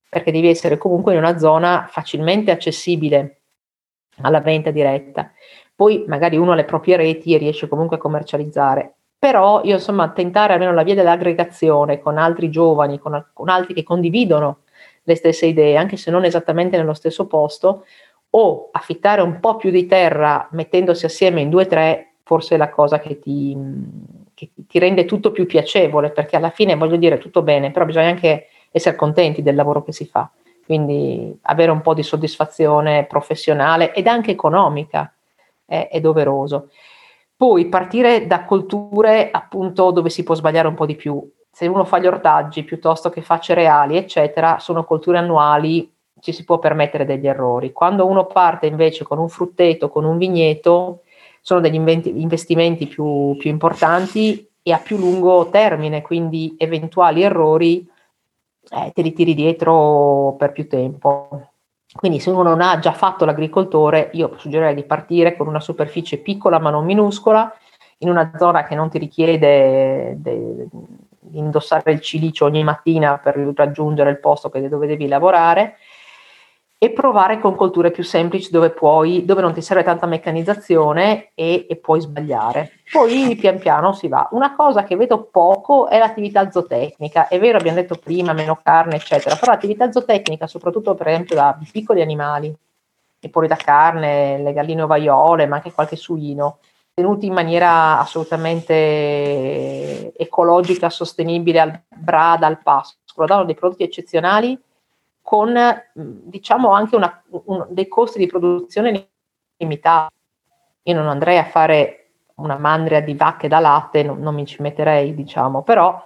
perché devi essere comunque in una zona facilmente accessibile alla vendita diretta. Poi magari uno ha le proprie reti e riesce comunque a commercializzare. Però io insomma tentare almeno la via dell'aggregazione con altri giovani, con altri che condividono le stesse idee, anche se non esattamente nello stesso posto, o affittare un po' più di terra mettendosi assieme in 2 o 3, forse è la cosa che ti rende tutto più piacevole, perché alla fine voglio dire tutto bene, però bisogna anche essere contenti del lavoro che si fa, quindi avere un po' di soddisfazione professionale ed anche economica è doveroso. Poi partire da colture appunto dove si può sbagliare un po' di più. Se uno fa gli ortaggi piuttosto che fa cereali, eccetera, sono colture annuali, ci si può permettere degli errori. Quando uno parte invece con un frutteto, con un vigneto, sono degli investimenti più importanti e a più lungo termine, quindi eventuali errori te li tiri dietro per più tempo. Quindi se uno non ha già fatto l'agricoltore, io suggerirei di partire con una superficie piccola ma non minuscola, in una zona che non ti richiede di indossare il cilicio ogni mattina per raggiungere il posto dove devi lavorare, e provare con colture più semplici dove non ti serve tanta meccanizzazione e puoi sbagliare. Poi pian piano si va. Una cosa che vedo poco è l'attività zootecnica. È vero, abbiamo detto prima, meno carne, eccetera, però l'attività zootecnica, soprattutto per esempio da piccoli animali, e poi da carne, le galline ovaiole, ma anche qualche suino, tenuti in maniera assolutamente ecologica, sostenibile, al brada, al pascolo, danno dei prodotti eccezionali con diciamo anche dei costi di produzione limitati. Io non andrei a fare una mandria di vacche da latte, non mi ci metterei, diciamo, però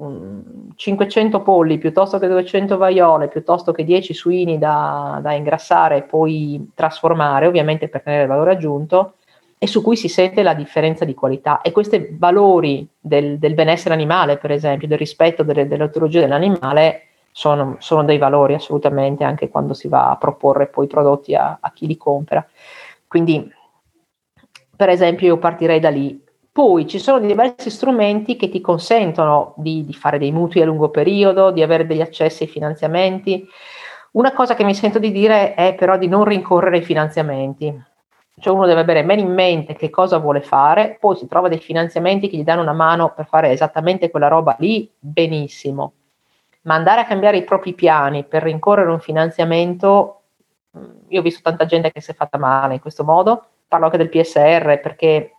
500 polli piuttosto che 200 vaiole, piuttosto che 10 suini da ingrassare e poi trasformare, ovviamente per tenere il valore aggiunto, e su cui si sente la differenza di qualità. E questi valori del benessere animale, per esempio, del rispetto dell'etologia dell'animale, sono dei valori assolutamente, anche quando si va a proporre poi prodotti a chi li compra. Quindi, per esempio, io partirei da lì. Poi ci sono diversi strumenti che ti consentono di fare dei mutui a lungo periodo, di avere degli accessi ai finanziamenti. Una cosa che mi sento di dire è però di non rincorrere ai finanziamenti. Cioè uno deve avere bene in mente che cosa vuole fare, poi si trova dei finanziamenti che gli danno una mano per fare esattamente quella roba lì, benissimo. Ma andare a cambiare i propri piani per rincorrere un finanziamento, io ho visto tanta gente che si è fatta male in questo modo, parlo anche del PSR perché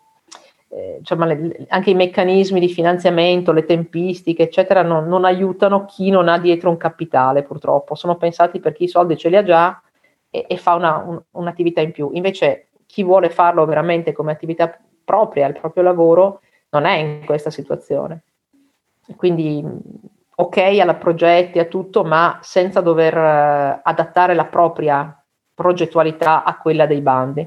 anche i meccanismi di finanziamento, le tempistiche, eccetera, non aiutano chi non ha dietro un capitale, purtroppo. Sono pensati per chi i soldi ce li ha già e fa un'attività in più. Invece chi vuole farlo veramente come attività propria, il proprio lavoro, non è in questa situazione. Quindi ok alla progetti, a tutto, ma senza dover adattare la propria progettualità a quella dei bandi.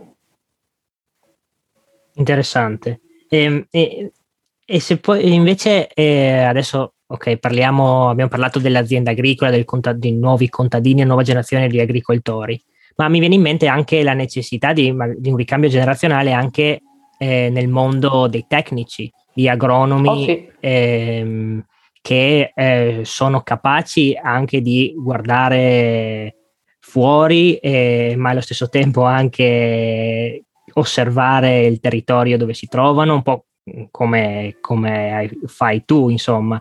Interessante. E se poi invece adesso abbiamo parlato dell'azienda agricola, di nuovi contadini e nuova generazione di agricoltori, ma mi viene in mente anche la necessità di un ricambio generazionale anche nel mondo dei tecnici, di agronomi, che sono capaci anche di guardare fuori, ma allo stesso tempo anche osservare il territorio dove si trovano, un po' come fai tu, insomma.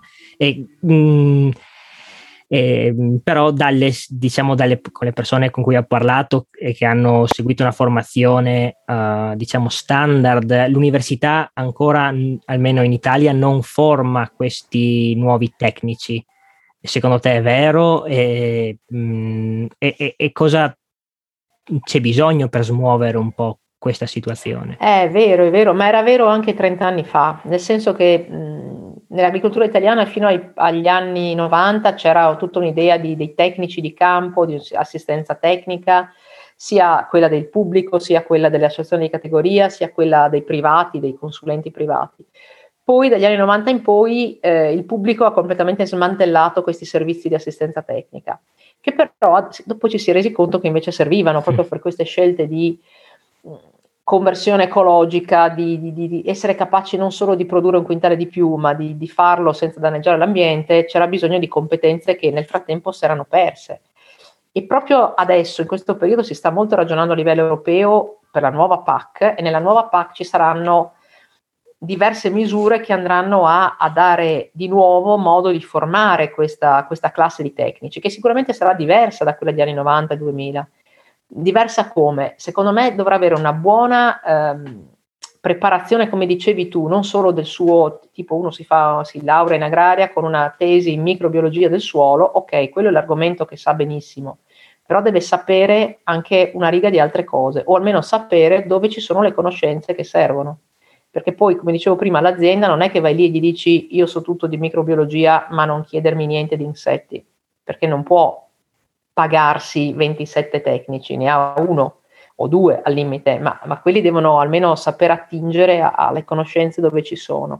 Però con le persone con cui ho parlato e che hanno seguito una formazione standard, l'università ancora, almeno in Italia, non forma questi nuovi tecnici. Secondo te è vero? E cosa c'è bisogno per smuovere un po' questa situazione? È vero, ma era vero anche 30 anni fa, nel senso che nell'agricoltura italiana fino agli anni 90 c'era tutta un'idea dei tecnici di campo, di assistenza tecnica, sia quella del pubblico, sia quella delle associazioni di categoria, sia quella dei privati, dei consulenti privati. Poi dagli anni 90 in poi il pubblico ha completamente smantellato questi servizi di assistenza tecnica, che però dopo ci si è resi conto che invece servivano proprio per queste scelte di conversione ecologica, di essere capaci non solo di produrre un quintale di più, ma di farlo senza danneggiare l'ambiente. C'era bisogno di competenze che nel frattempo si erano perse. E proprio adesso, in questo periodo, si sta molto ragionando a livello europeo per la nuova PAC, e nella nuova PAC ci saranno diverse misure che andranno a dare di nuovo modo di formare questa classe di tecnici, che sicuramente sarà diversa da quella degli anni 90-2000. Diversa come? Secondo me dovrà avere una buona preparazione, come dicevi tu, non solo del suo, tipo uno si laurea in agraria con una tesi in microbiologia del suolo, ok, quello è l'argomento che sa benissimo, però deve sapere anche una riga di altre cose, o almeno sapere dove ci sono le conoscenze che servono. Perché poi, come dicevo prima, l'azienda non è che vai lì e gli dici io so tutto di microbiologia, ma non chiedermi niente di insetti, perché non può pagarsi 27 tecnici, ne ha uno o due al limite, ma quelli devono almeno saper attingere alle conoscenze dove ci sono.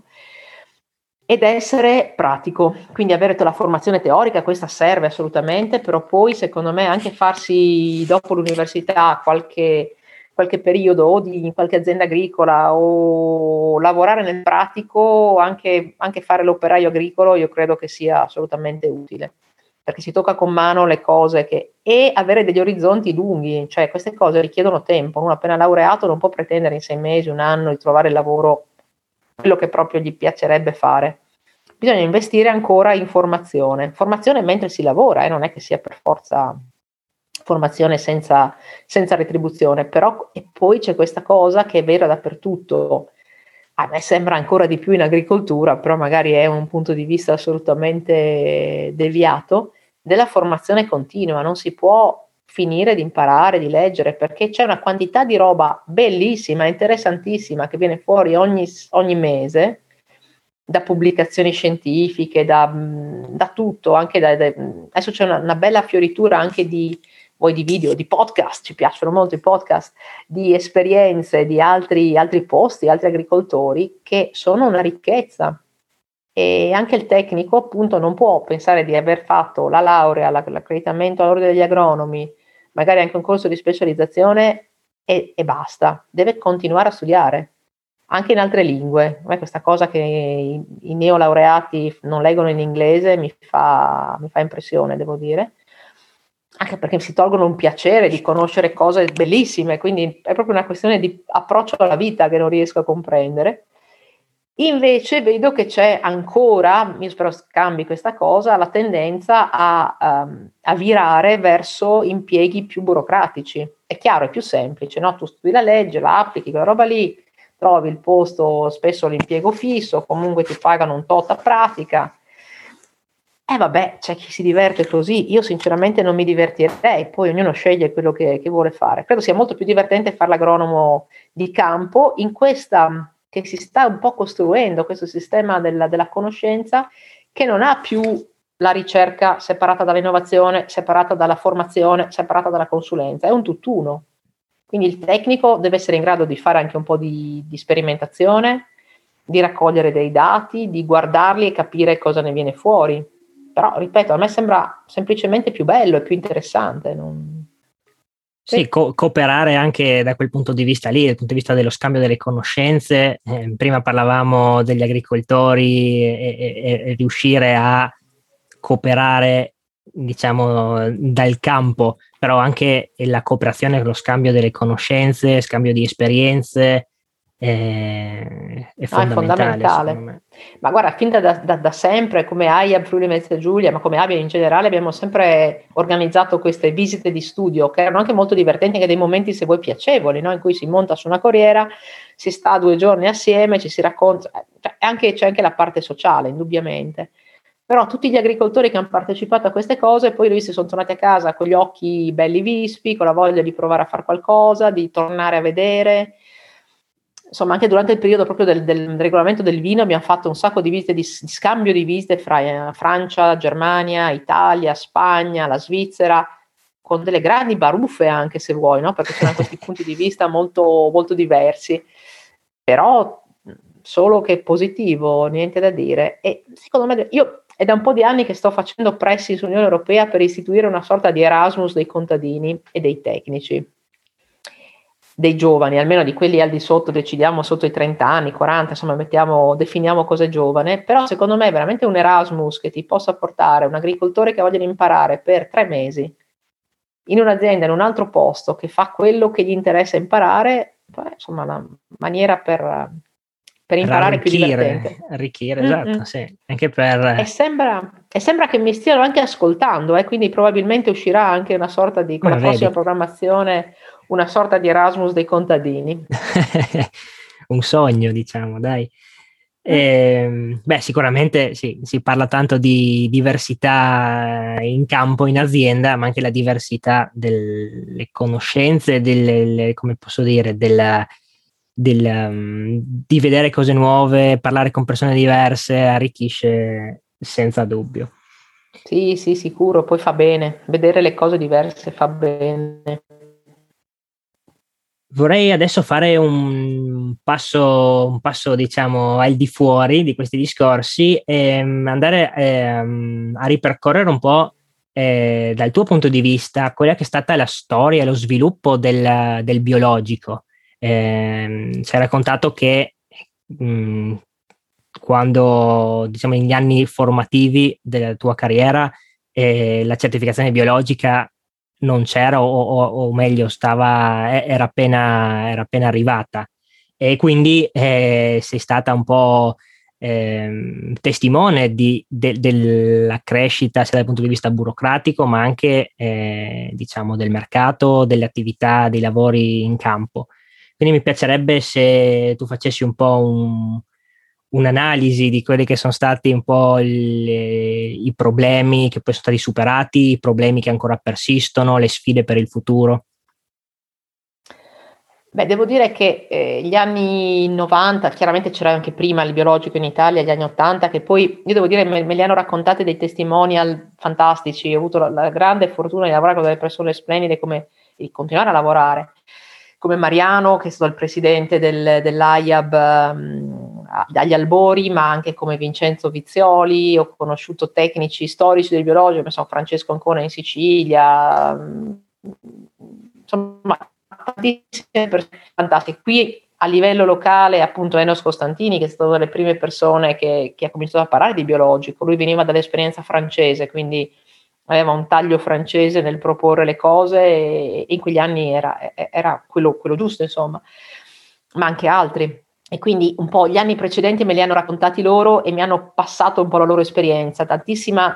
Ed essere pratico, quindi avere la formazione teorica, questa serve assolutamente, però poi secondo me anche farsi dopo l'università qualche periodo o in qualche azienda agricola o lavorare nel pratico, anche fare l'operaio agricolo, io credo che sia assolutamente utile, perché si tocca con mano le cose e avere degli orizzonti lunghi, cioè queste cose richiedono tempo, uno appena laureato non può pretendere in 6 mesi, un anno di trovare il lavoro, quello che proprio gli piacerebbe fare. Bisogna investire ancora in formazione mentre si lavora, non è che sia per forza formazione senza retribuzione, però e poi c'è questa cosa che è vera dappertutto, a me sembra ancora di più in agricoltura, però magari è un punto di vista assolutamente deviato, della formazione continua, non si può finire di imparare, di leggere, perché c'è una quantità di roba bellissima, interessantissima, che viene fuori ogni mese, da pubblicazioni scientifiche, da tutto, anche adesso c'è una bella fioritura anche di video, di podcast, ci piacciono molto i podcast, di esperienze di altri posti, altri agricoltori, che sono una ricchezza. E anche il tecnico appunto non può pensare di aver fatto la laurea, l'accreditamento all'ordine degli agronomi, magari anche un corso di specializzazione e basta, deve continuare a studiare anche in altre lingue. A me questa cosa che i neolaureati non leggono in inglese mi fa impressione, devo dire, anche perché si tolgono un piacere di conoscere cose bellissime, quindi è proprio una questione di approccio alla vita che non riesco a comprendere. Invece vedo che c'è ancora, io spero cambi questa cosa, la tendenza a virare verso impieghi più burocratici. È chiaro, è più semplice, no? Tu studi la legge, la applichi, quella roba lì, trovi il posto, spesso l'impiego fisso, comunque ti pagano un tot a pratica. Vabbè, c'è chi si diverte così, io sinceramente non mi divertirei, poi ognuno sceglie quello che vuole fare. Credo sia molto più divertente fare l'agronomo di campo in questa che si sta un po' costruendo, questo sistema della conoscenza, che non ha più la ricerca separata dall'innovazione, separata dalla formazione, separata dalla consulenza, è un tutt'uno. Quindi il tecnico deve essere in grado di fare anche un po' di sperimentazione, di raccogliere dei dati, di guardarli e capire cosa ne viene fuori. Però, ripeto, a me sembra semplicemente più bello e più interessante. Sì, cooperare anche da quel punto di vista lì, dal punto di vista dello scambio delle conoscenze. Prima parlavamo degli agricoltori e riuscire a cooperare, diciamo, dal campo, però anche la cooperazione, lo scambio delle conoscenze, scambio di esperienze è fondamentale, secondo me. Ma guarda, fin da sempre, come AIAB Friuli Venezia Giulia, ma come ABIA in generale, abbiamo sempre organizzato queste visite di studio che erano anche molto divertenti, anche dei momenti, se vuoi, piacevoli, no? In cui si monta su una corriera, si sta 2 giorni assieme, ci si racconta, c'è anche la parte sociale, indubbiamente. Però tutti gli agricoltori che hanno partecipato a queste cose, poi lui si sono tornati a casa con gli occhi belli vispi, con la voglia di provare a fare qualcosa, di tornare a vedere. Insomma, anche durante il periodo proprio del regolamento del vino abbiamo fatto un sacco di visite, di scambio di visite fra Francia, Germania, Italia, Spagna, la Svizzera, con delle grandi baruffe anche, se vuoi, no? Perché c'erano questi punti di vista molto, molto diversi. Però solo che positivo, niente da dire. E secondo me, io è da un po' di anni che sto facendo pressi sull'Unione Europea per istituire una sorta di Erasmus dei contadini e dei tecnici, dei giovani, almeno di quelli al di sotto, decidiamo sotto i 30 anni, 40, insomma definiamo cosa è giovane, però secondo me è veramente un Erasmus che ti possa portare un agricoltore che voglia imparare per 3 mesi in un'azienda, in un altro posto, che fa quello che gli interessa imparare, insomma, una maniera per imparare più divertente. Arricchire, esatto, sì. Anche per... E sembra che mi stiano anche ascoltando, quindi probabilmente uscirà anche una sorta di, con la prossima programmazione, una sorta di Erasmus dei contadini. Un sogno, diciamo, dai. Sicuramente sì, si parla tanto di diversità in campo, in azienda, ma anche la diversità delle conoscenze, come posso dire, di vedere cose nuove, parlare con persone diverse, arricchisce senza dubbio. Sì, sicuro, poi fa bene, vedere le cose diverse fa bene. Vorrei adesso fare un passo, diciamo, al di fuori di questi discorsi e andare a ripercorrere un po' dal tuo punto di vista quella che è stata la storia e lo sviluppo del biologico. Ci hai raccontato che quando, diciamo, negli anni formativi della tua carriera la certificazione biologica non c'era o meglio era appena arrivata, e quindi sei stata un po' testimone della crescita sia dal punto di vista burocratico ma anche diciamo del mercato, delle attività, dei lavori in campo. Quindi mi piacerebbe se tu facessi un po' un'analisi di quelli che sono stati un po' i problemi che poi sono stati superati, i problemi che ancora persistono, le sfide per il futuro. Beh, devo dire che gli anni 90, chiaramente c'era anche prima il biologico in Italia, gli anni 80, che poi, io devo dire, me li hanno raccontati dei testimonial fantastici. Ho avuto la grande fortuna di lavorare con delle persone splendide e continuare a lavorare, come Mariano, che è stato il presidente dell'AIAB agli albori, ma anche come Vincenzo Vizioli. Ho conosciuto tecnici storici del biologico, come Francesco Ancona in Sicilia, insomma, tantissime persone fantastiche. Qui a livello locale, appunto, Enos Costantini, che è stato una delle prime persone che ha cominciato a parlare di biologico. Lui veniva dall'esperienza francese, quindi aveva un taglio francese nel proporre le cose, e in quegli anni era quello giusto, insomma, ma anche altri. E quindi un po' gli anni precedenti me li hanno raccontati loro e mi hanno passato un po' la loro esperienza, tantissima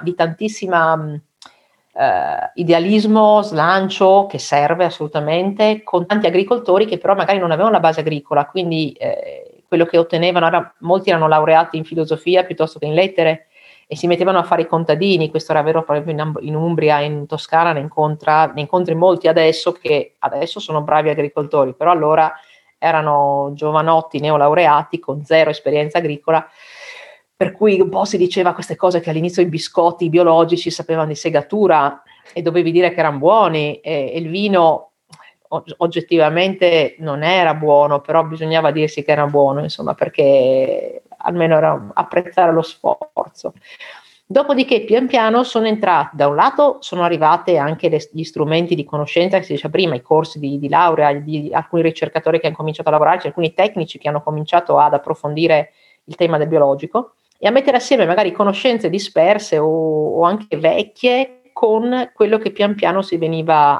idealismo, slancio, che serve assolutamente, con tanti agricoltori che però magari non avevano la base agricola, quindi quello che ottenevano molti erano laureati in filosofia piuttosto che in lettere e si mettevano a fare i contadini. Questo era vero proprio in Umbria, in Toscana, ne incontri molti adesso che adesso sono bravi agricoltori, però allora erano giovanotti neolaureati con zero esperienza agricola, per cui un po' si diceva queste cose che all'inizio i biscotti biologici sapevano di segatura e dovevi dire che erano buoni, e il vino oggettivamente non era buono, però bisognava dirsi che era buono, insomma, perché almeno era apprezzare lo sforzo. Dopodiché pian piano sono entrati, da un lato sono arrivate anche gli strumenti di conoscenza che si diceva prima, i corsi di laurea, di alcuni ricercatori che hanno cominciato a lavorare, alcuni tecnici che hanno cominciato ad approfondire il tema del biologico e a mettere assieme magari conoscenze disperse o anche vecchie con quello che pian piano si veniva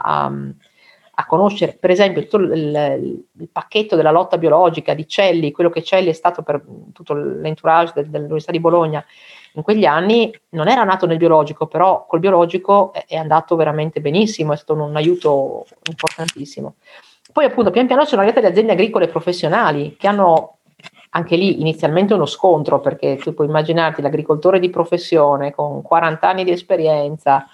a conoscere. Per esempio il pacchetto della lotta biologica di Celli, quello che Celli è stato per tutto l'entourage dell'Università di Bologna in quegli anni, non era nato nel biologico, però col biologico è andato veramente benissimo, è stato un aiuto importantissimo. Poi appunto pian piano sono arrivate le aziende agricole professionali che hanno anche lì inizialmente uno scontro, perché tu puoi immaginarti l'agricoltore di professione con 40 anni di esperienza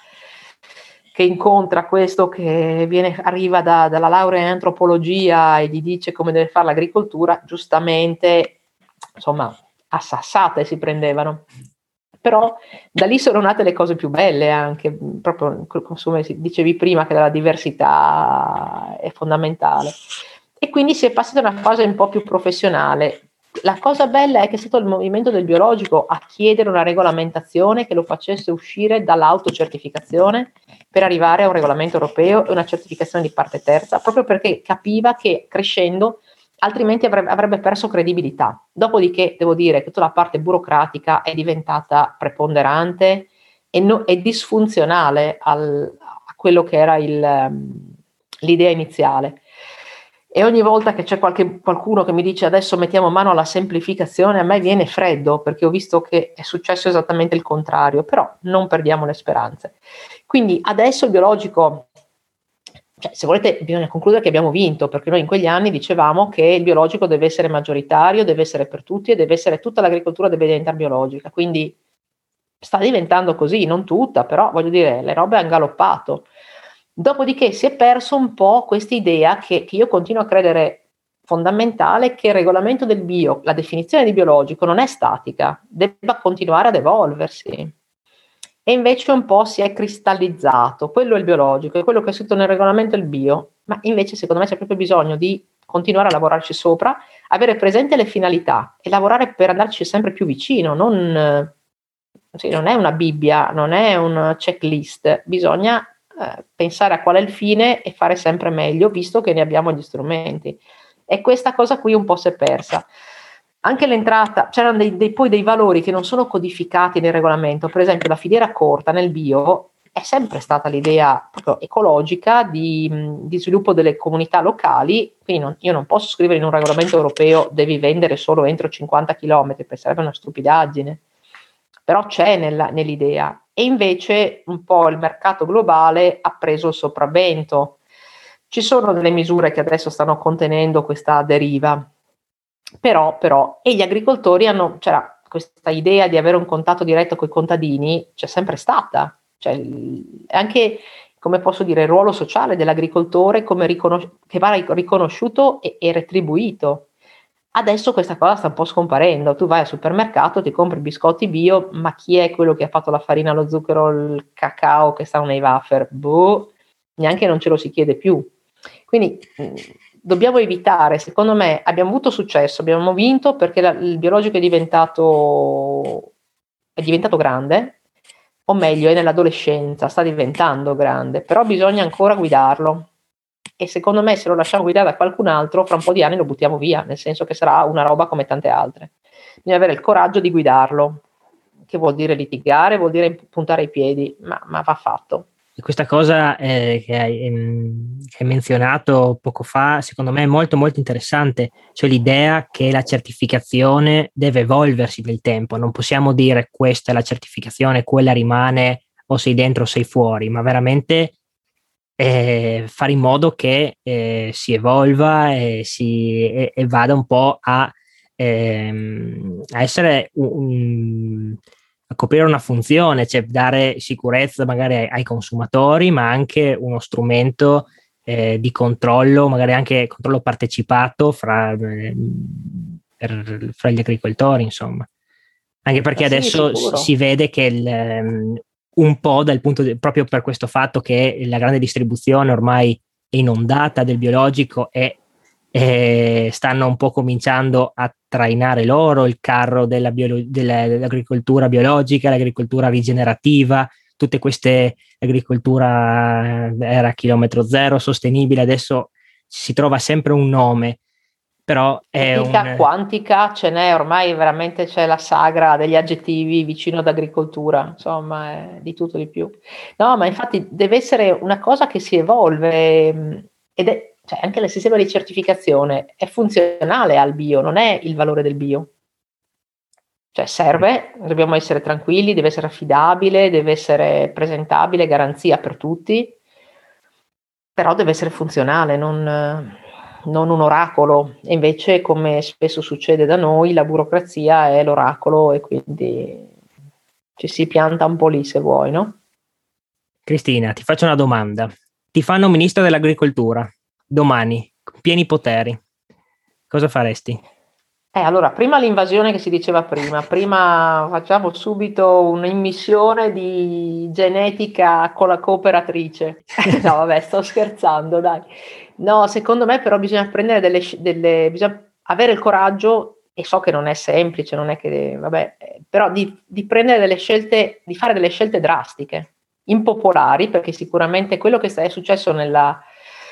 che incontra questo che arriva dalla laurea in antropologia e gli dice come deve fare l'agricoltura, giustamente, insomma, a sassate si prendevano. Però da lì sono nate le cose più belle anche, proprio come dicevi prima, che la diversità è fondamentale. E quindi si è passata a una fase un po' più professionale. La cosa bella è che è stato il movimento del biologico a chiedere una regolamentazione che lo facesse uscire dall'autocertificazione per arrivare a un regolamento europeo e una certificazione di parte terza, proprio perché capiva che crescendo altrimenti avrebbe perso credibilità. Dopodiché devo dire che tutta la parte burocratica è diventata preponderante e disfunzionale a quello che era l'idea iniziale. E ogni volta che c'è qualcuno che mi dice adesso mettiamo mano alla semplificazione, a me viene freddo, perché ho visto che è successo esattamente il contrario, però non perdiamo le speranze. Quindi adesso il biologico, cioè, se volete bisogna concludere che abbiamo vinto, perché noi in quegli anni dicevamo che il biologico deve essere maggioritario, deve essere per tutti e deve essere tutta l'agricoltura deve diventare biologica, quindi sta diventando così, non tutta, però voglio dire, le robe hanno galoppato. Dopodiché si è perso un po' questa idea che io continuo a credere fondamentale, che il regolamento del bio, la definizione di biologico non è statica, debba continuare ad evolversi. E invece un po' si è cristallizzato, quello è il biologico, è quello che è scritto nel regolamento è il bio, ma invece secondo me c'è proprio bisogno di continuare a lavorarci sopra, avere presente le finalità e lavorare per andarci sempre più vicino, non è una Bibbia, non è un checklist, bisogna pensare a qual è il fine e fare sempre meglio, visto che ne abbiamo gli strumenti. E questa cosa qui un po' si è persa. Anche l'entrata, c'erano poi dei valori che non sono codificati nel regolamento, per esempio la filiera corta nel bio è sempre stata l'idea proprio ecologica di sviluppo delle comunità locali, quindi io non posso scrivere in un regolamento europeo devi vendere solo entro 50 km, perché sarebbe una stupidaggine, però c'è nell'idea. E invece un po' il mercato globale ha preso il sopravvento. Ci sono delle misure che adesso stanno contenendo questa deriva, però e gli agricoltori c'era questa idea di avere un contatto diretto con i contadini, c'è sempre stata, cioè anche, come posso dire, il ruolo sociale dell'agricoltore che va riconosciuto e retribuito. Adesso questa cosa sta un po' scomparendo, tu vai al supermercato, ti compri biscotti bio, ma chi è quello che ha fatto la farina, lo zucchero, il cacao che stanno nei wafer? Boh, neanche non ce lo si chiede più. Quindi dobbiamo evitare, secondo me abbiamo avuto successo, abbiamo vinto perché il biologico è diventato grande, o meglio è nell'adolescenza, sta diventando grande, però bisogna ancora guidarlo. E secondo me se lo lasciamo guidare da qualcun altro, fra un po' di anni lo buttiamo via, nel senso che sarà una roba come tante altre. Bisogna avere il coraggio di guidarlo, che vuol dire litigare, vuol dire puntare i piedi, ma va fatto. E questa cosa che hai menzionato poco fa, secondo me è molto molto interessante, cioè l'idea che la certificazione deve evolversi nel tempo, non possiamo dire questa è la certificazione, quella rimane o sei dentro o sei fuori, ma veramente fare in modo che si evolva e vada un po' a essere a coprire una funzione, cioè dare sicurezza magari ai consumatori, ma anche uno strumento di controllo, magari anche controllo partecipato fra gli agricoltori, insomma. Anche perché adesso si vede che un po' proprio per questo fatto che la grande distribuzione ormai è inondata del biologico e stanno un po' cominciando a trainare loro il carro dell'agricoltura biologica, l'agricoltura rigenerativa, tutte queste agricoltura era chilometro zero, sostenibile, adesso si trova sempre un nome, però è quantica, ce n'è ormai veramente, c'è la sagra degli aggettivi vicino ad agricoltura, insomma è di tutto di più. No, ma infatti deve essere una cosa che si evolve ed è cioè anche il sistema di certificazione è funzionale al bio, non è il valore del bio. Cioè serve, dobbiamo essere tranquilli, deve essere affidabile, deve essere presentabile, garanzia per tutti, però deve essere funzionale, non un oracolo. E invece, come spesso succede da noi, la burocrazia è l'oracolo e quindi ci si pianta un po' lì se vuoi, no? Cristina, ti faccio una domanda. Ti fanno ministro dell'agricoltura domani, con pieni poteri. Cosa faresti? Allora, prima l'invasione che si diceva prima facciamo subito un'immissione di genetica con la cooperatrice. No, vabbè, sto scherzando, dai. No, secondo me però bisogna prendere bisogna avere il coraggio, e so che non è semplice, non è che, vabbè, però di prendere delle scelte, di fare delle scelte drastiche, impopolari, perché sicuramente quello che è successo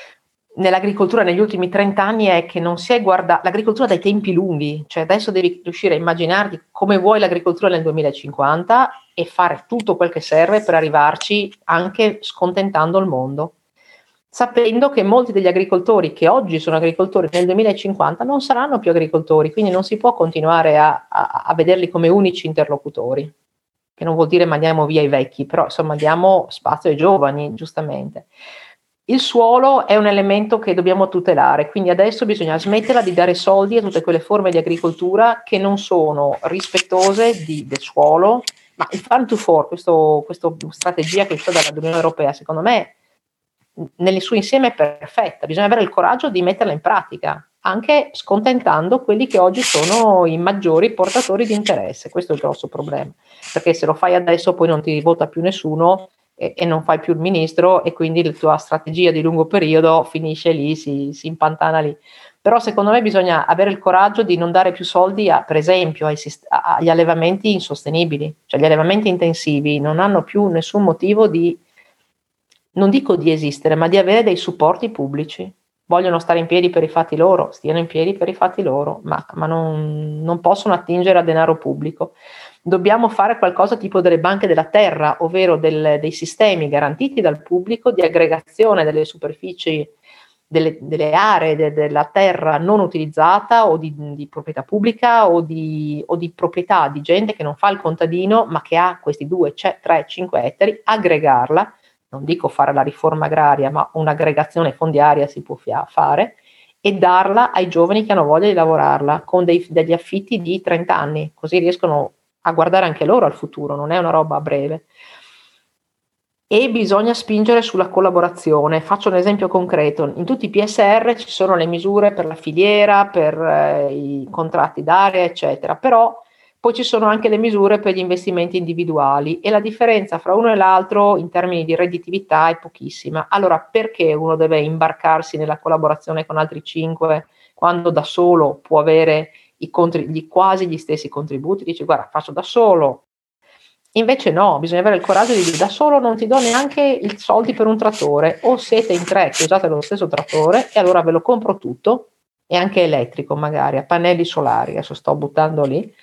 nell'agricoltura negli ultimi 30 anni è che non si è l'agricoltura dai tempi lunghi, cioè adesso devi riuscire a immaginarti come vuoi l'agricoltura nel 2050 e fare tutto quel che serve per arrivarci anche scontentando il mondo, sapendo che molti degli agricoltori che oggi sono agricoltori nel 2050 non saranno più agricoltori, quindi non si può continuare a vederli come unici interlocutori, che non vuol dire mandiamo via i vecchi, però insomma diamo spazio ai giovani, giustamente. Il suolo è un elemento che dobbiamo tutelare, quindi adesso bisogna smetterla di dare soldi a tutte quelle forme di agricoltura che non sono rispettose del suolo, ma il Farm to Fork, questa strategia che è uscita dall'Unione Europea, secondo me nel suo insieme è perfetta, bisogna avere il coraggio di metterla in pratica, anche scontentando quelli che oggi sono i maggiori portatori di interesse. Questo è il grosso problema, perché se lo fai adesso poi non ti vota più nessuno e non fai più il ministro e quindi la tua strategia di lungo periodo finisce lì, si impantana lì. Però secondo me bisogna avere il coraggio di non dare più soldi per esempio agli allevamenti insostenibili, cioè gli allevamenti intensivi non hanno più nessun motivo non dico di esistere, ma di avere dei supporti pubblici. Vogliono stare in piedi per i fatti loro, stiano in piedi per i fatti loro, ma non possono attingere a denaro pubblico. Dobbiamo fare qualcosa tipo delle banche della terra, ovvero dei sistemi garantiti dal pubblico di aggregazione delle superfici, delle aree della terra non utilizzata o di proprietà pubblica o di proprietà di gente che non fa il contadino, ma che ha questi 2, 3, 5 ettari, aggregarla. Non dico fare la riforma agraria, ma un'aggregazione fondiaria si può fare e darla ai giovani che hanno voglia di lavorarla con degli affitti di 30 anni, così riescono a guardare anche loro al futuro, non è una roba a breve. E bisogna spingere sulla collaborazione. Faccio un esempio concreto: in tutti i PSR ci sono le misure per la filiera, per i contratti d'area, eccetera, però poi ci sono anche le misure per gli investimenti individuali e la differenza fra uno e l'altro in termini di redditività è pochissima. Allora perché uno deve imbarcarsi nella collaborazione con altri 5 quando da solo può avere quasi gli stessi contributi? Dici guarda, faccio da solo. Invece no, bisogna avere il coraggio di dire da solo non ti do neanche i soldi per un trattore, o siete in 3 che usate lo stesso trattore e allora ve lo compro tutto, e anche elettrico magari, a pannelli solari, adesso sto buttando lì.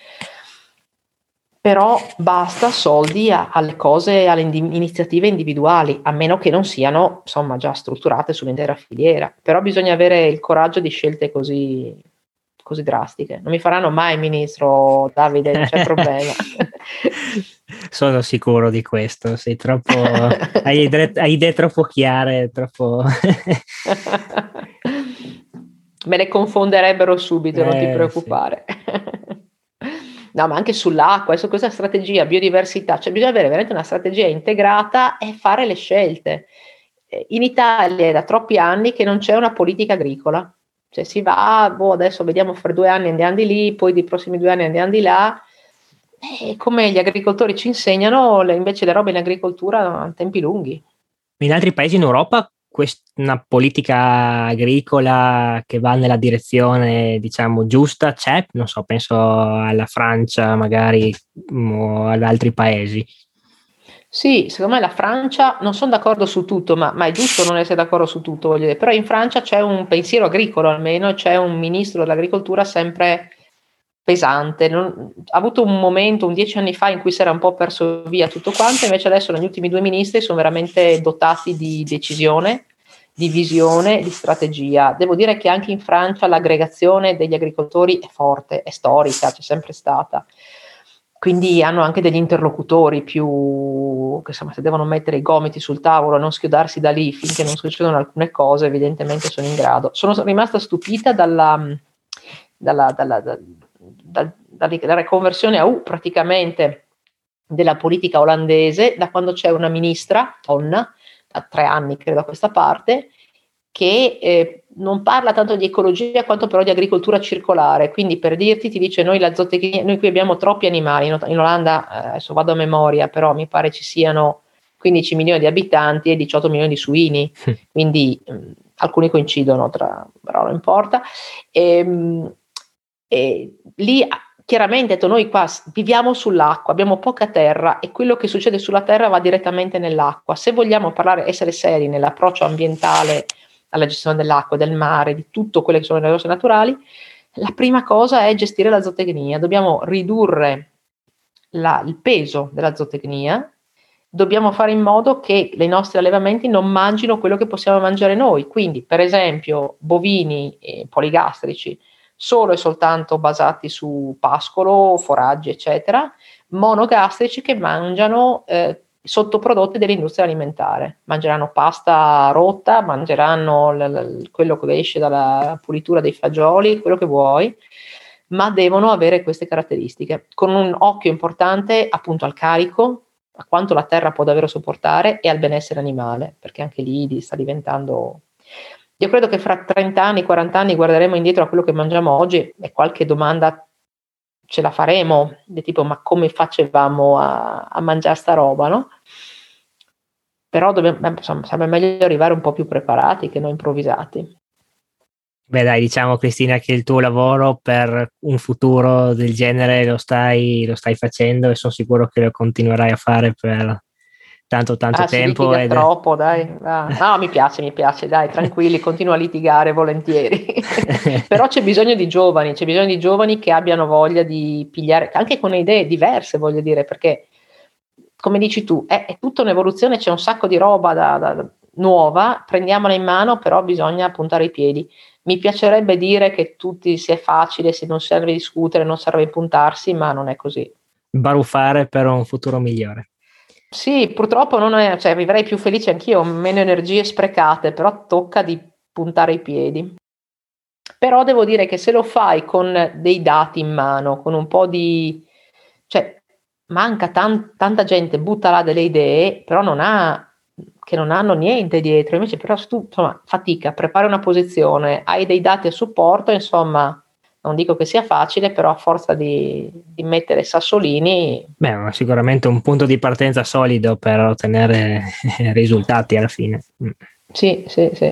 Però basta soldi alle cose, alle iniziative individuali, a meno che non siano insomma già strutturate sull'intera filiera. Però bisogna avere il coraggio di scelte così drastiche. Non mi faranno mai ministro, Davide, non c'è problema. Sono sicuro di questo, sei troppo hai idee troppo chiare, troppo me le confonderebbero subito, non ti preoccupare. Sì. No, ma anche sull'acqua, adesso questa strategia, biodiversità, cioè bisogna avere veramente una strategia integrata e fare le scelte. In Italia è da troppi anni che non c'è una politica agricola, cioè si va, adesso vediamo fra 2 anni andiamo di lì, poi dei prossimi 2 anni andiamo di là, e come gli agricoltori ci insegnano, invece le robe in agricoltura hanno tempi lunghi. In altri paesi in Europa una politica agricola che va nella direzione, diciamo, giusta c'è? Non so, penso alla Francia magari o ad altri paesi. Sì, secondo me la Francia, non sono d'accordo su tutto, ma è giusto non essere d'accordo su tutto, voglio dire, però in Francia c'è un pensiero agricolo almeno, c'è un ministro dell'agricoltura sempre pesante. Ha avuto un momento, 10 anni fa, in cui si era un po' perso via tutto quanto, invece adesso gli ultimi 2 ministri sono veramente dotati di decisione, di visione, di strategia. Devo dire che anche in Francia l'aggregazione degli agricoltori è forte, è storica, c'è sempre stata. Quindi hanno anche degli interlocutori più che insomma, se devono mettere i gomiti sul tavolo e non schiodarsi da lì finché non succedono alcune cose, evidentemente sono in grado. Sono rimasta stupita dalla riconversione a U praticamente della politica olandese, da quando c'è una ministra, donna, da 3 anni credo a questa parte, che non parla tanto di ecologia quanto però di agricoltura circolare. Quindi per dirti, ti dice noi qui abbiamo troppi animali, in Olanda, adesso vado a memoria, però mi pare ci siano 15 milioni di abitanti e 18 milioni di suini, quindi alcuni coincidono però non importa. E lì chiaramente detto, noi qua viviamo sull'acqua, abbiamo poca terra e quello che succede sulla terra va direttamente nell'acqua. Se vogliamo essere seri nell'approccio ambientale alla gestione dell'acqua, del mare, di tutto quelle che sono le risorse naturali, la prima cosa è gestire la zootecnia. Dobbiamo ridurre il peso della zootecnia, dobbiamo fare in modo che i nostri allevamenti non mangino quello che possiamo mangiare noi, quindi per esempio bovini poligastrici solo e soltanto basati su pascolo, foraggi eccetera, monogastrici che mangiano sottoprodotti dell'industria alimentare, mangeranno pasta rotta, mangeranno quello che esce dalla pulitura dei fagioli, quello che vuoi, ma devono avere queste caratteristiche, con un occhio importante appunto al carico, a quanto la terra può davvero sopportare e al benessere animale, perché anche lì sta diventando... Io credo che fra 30 anni, 40 anni guarderemo indietro a quello che mangiamo oggi e qualche domanda ce la faremo, di tipo ma come facevamo a mangiare sta roba, no? Però sarebbe meglio arrivare un po' più preparati che non improvvisati. Beh dai, diciamo Cristina che il tuo lavoro per un futuro del genere lo stai facendo e sono sicuro che lo continuerai a fare per tanto tempo. Si litiga troppo, dai. No, mi piace, dai, tranquilli, continuo a litigare volentieri. Però c'è bisogno di giovani che abbiano voglia di pigliare, anche con idee diverse, voglio dire, perché come dici tu, è tutta un'evoluzione, c'è un sacco di roba nuova, prendiamola in mano, però bisogna puntare i piedi. Mi piacerebbe dire che tutti sia facile, se non serve discutere, non serve puntarsi, ma non è così. Baruffare per un futuro migliore. Sì, purtroppo non è, cioè vivrei più felice anch'io, meno energie sprecate, però tocca di puntare i piedi. Però devo dire che se lo fai con dei dati in mano, con un po' di... cioè manca tanta gente, butta là delle idee, però non hanno niente dietro, invece però tu, insomma, fatica, prepari una posizione, hai dei dati a supporto, insomma, non dico che sia facile, però a forza di mettere sassolini... Beh, sicuramente un punto di partenza solido per ottenere risultati alla fine. Sì.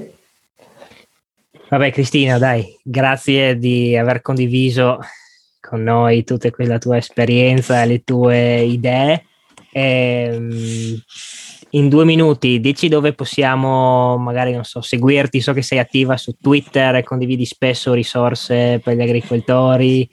Vabbè Cristina, dai, grazie di aver condiviso con noi tutta quella tua esperienza e le tue idee. In 2 minuti dici dove possiamo magari, non so, seguirti. So che sei attiva su Twitter e condividi spesso risorse per gli agricoltori.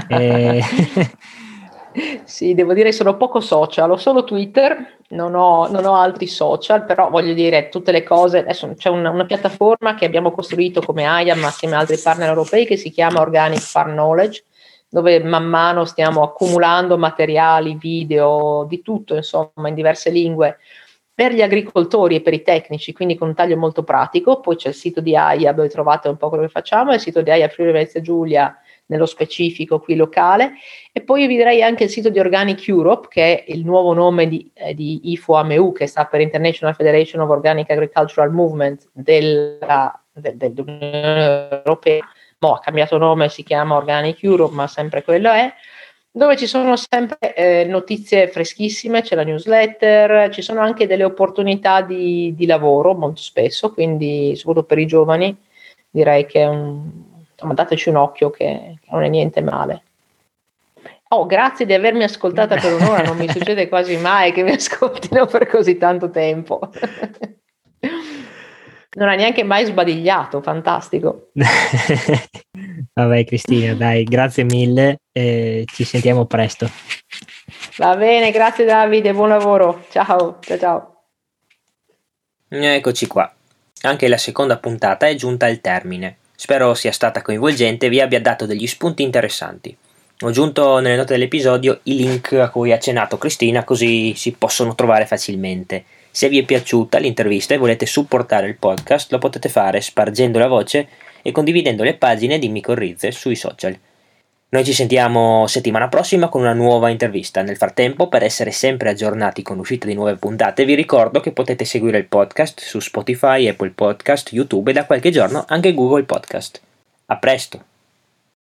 Sì, devo dire che sono poco social, ho solo Twitter, non ho altri social, però voglio dire tutte le cose, adesso c'è una piattaforma che abbiamo costruito come IAM assieme ad altri partner europei che si chiama Organic Farm Knowledge, dove man mano stiamo accumulando materiali, video, di tutto insomma in diverse lingue per gli agricoltori e per i tecnici, quindi con un taglio molto pratico. Poi c'è il sito di AIA dove trovate un po' quello che facciamo, e il sito di AIA Friuli Venezia Giulia nello specifico qui locale, e poi io vi direi anche il sito di Organic Europe, che è il nuovo nome di IFOAMEU, che sta per International Federation of Organic Agricultural Movement dell'Unione Europea. Ha cambiato nome, si chiama Organic Europe, ma sempre quello è, dove ci sono sempre notizie freschissime, c'è la newsletter, ci sono anche delle opportunità di lavoro molto spesso, quindi soprattutto per i giovani direi che insomma, dateci un occhio che non è niente male. Grazie di avermi ascoltata per un'ora, non mi succede quasi mai che mi ascoltino per così tanto tempo. Non ha neanche mai sbadigliato, fantastico. Vabbè Cristina, dai, grazie mille e ci sentiamo presto. Va bene, grazie Davide, buon lavoro. Ciao. Eccoci qua. Anche la seconda puntata è giunta al termine. Spero sia stata coinvolgente e vi abbia dato degli spunti interessanti. Ho aggiunto nelle note dell'episodio i link a cui ha accennato Cristina, così si possono trovare facilmente. Se vi è piaciuta l'intervista e volete supportare il podcast, lo potete fare spargendo la voce e condividendo le pagine di Mycorrhizae sui social. Noi ci sentiamo settimana prossima con una nuova intervista. Nel frattempo, per essere sempre aggiornati con l'uscita di nuove puntate, vi ricordo che potete seguire il podcast su Spotify, Apple Podcast, YouTube e da qualche giorno anche Google Podcast. A presto!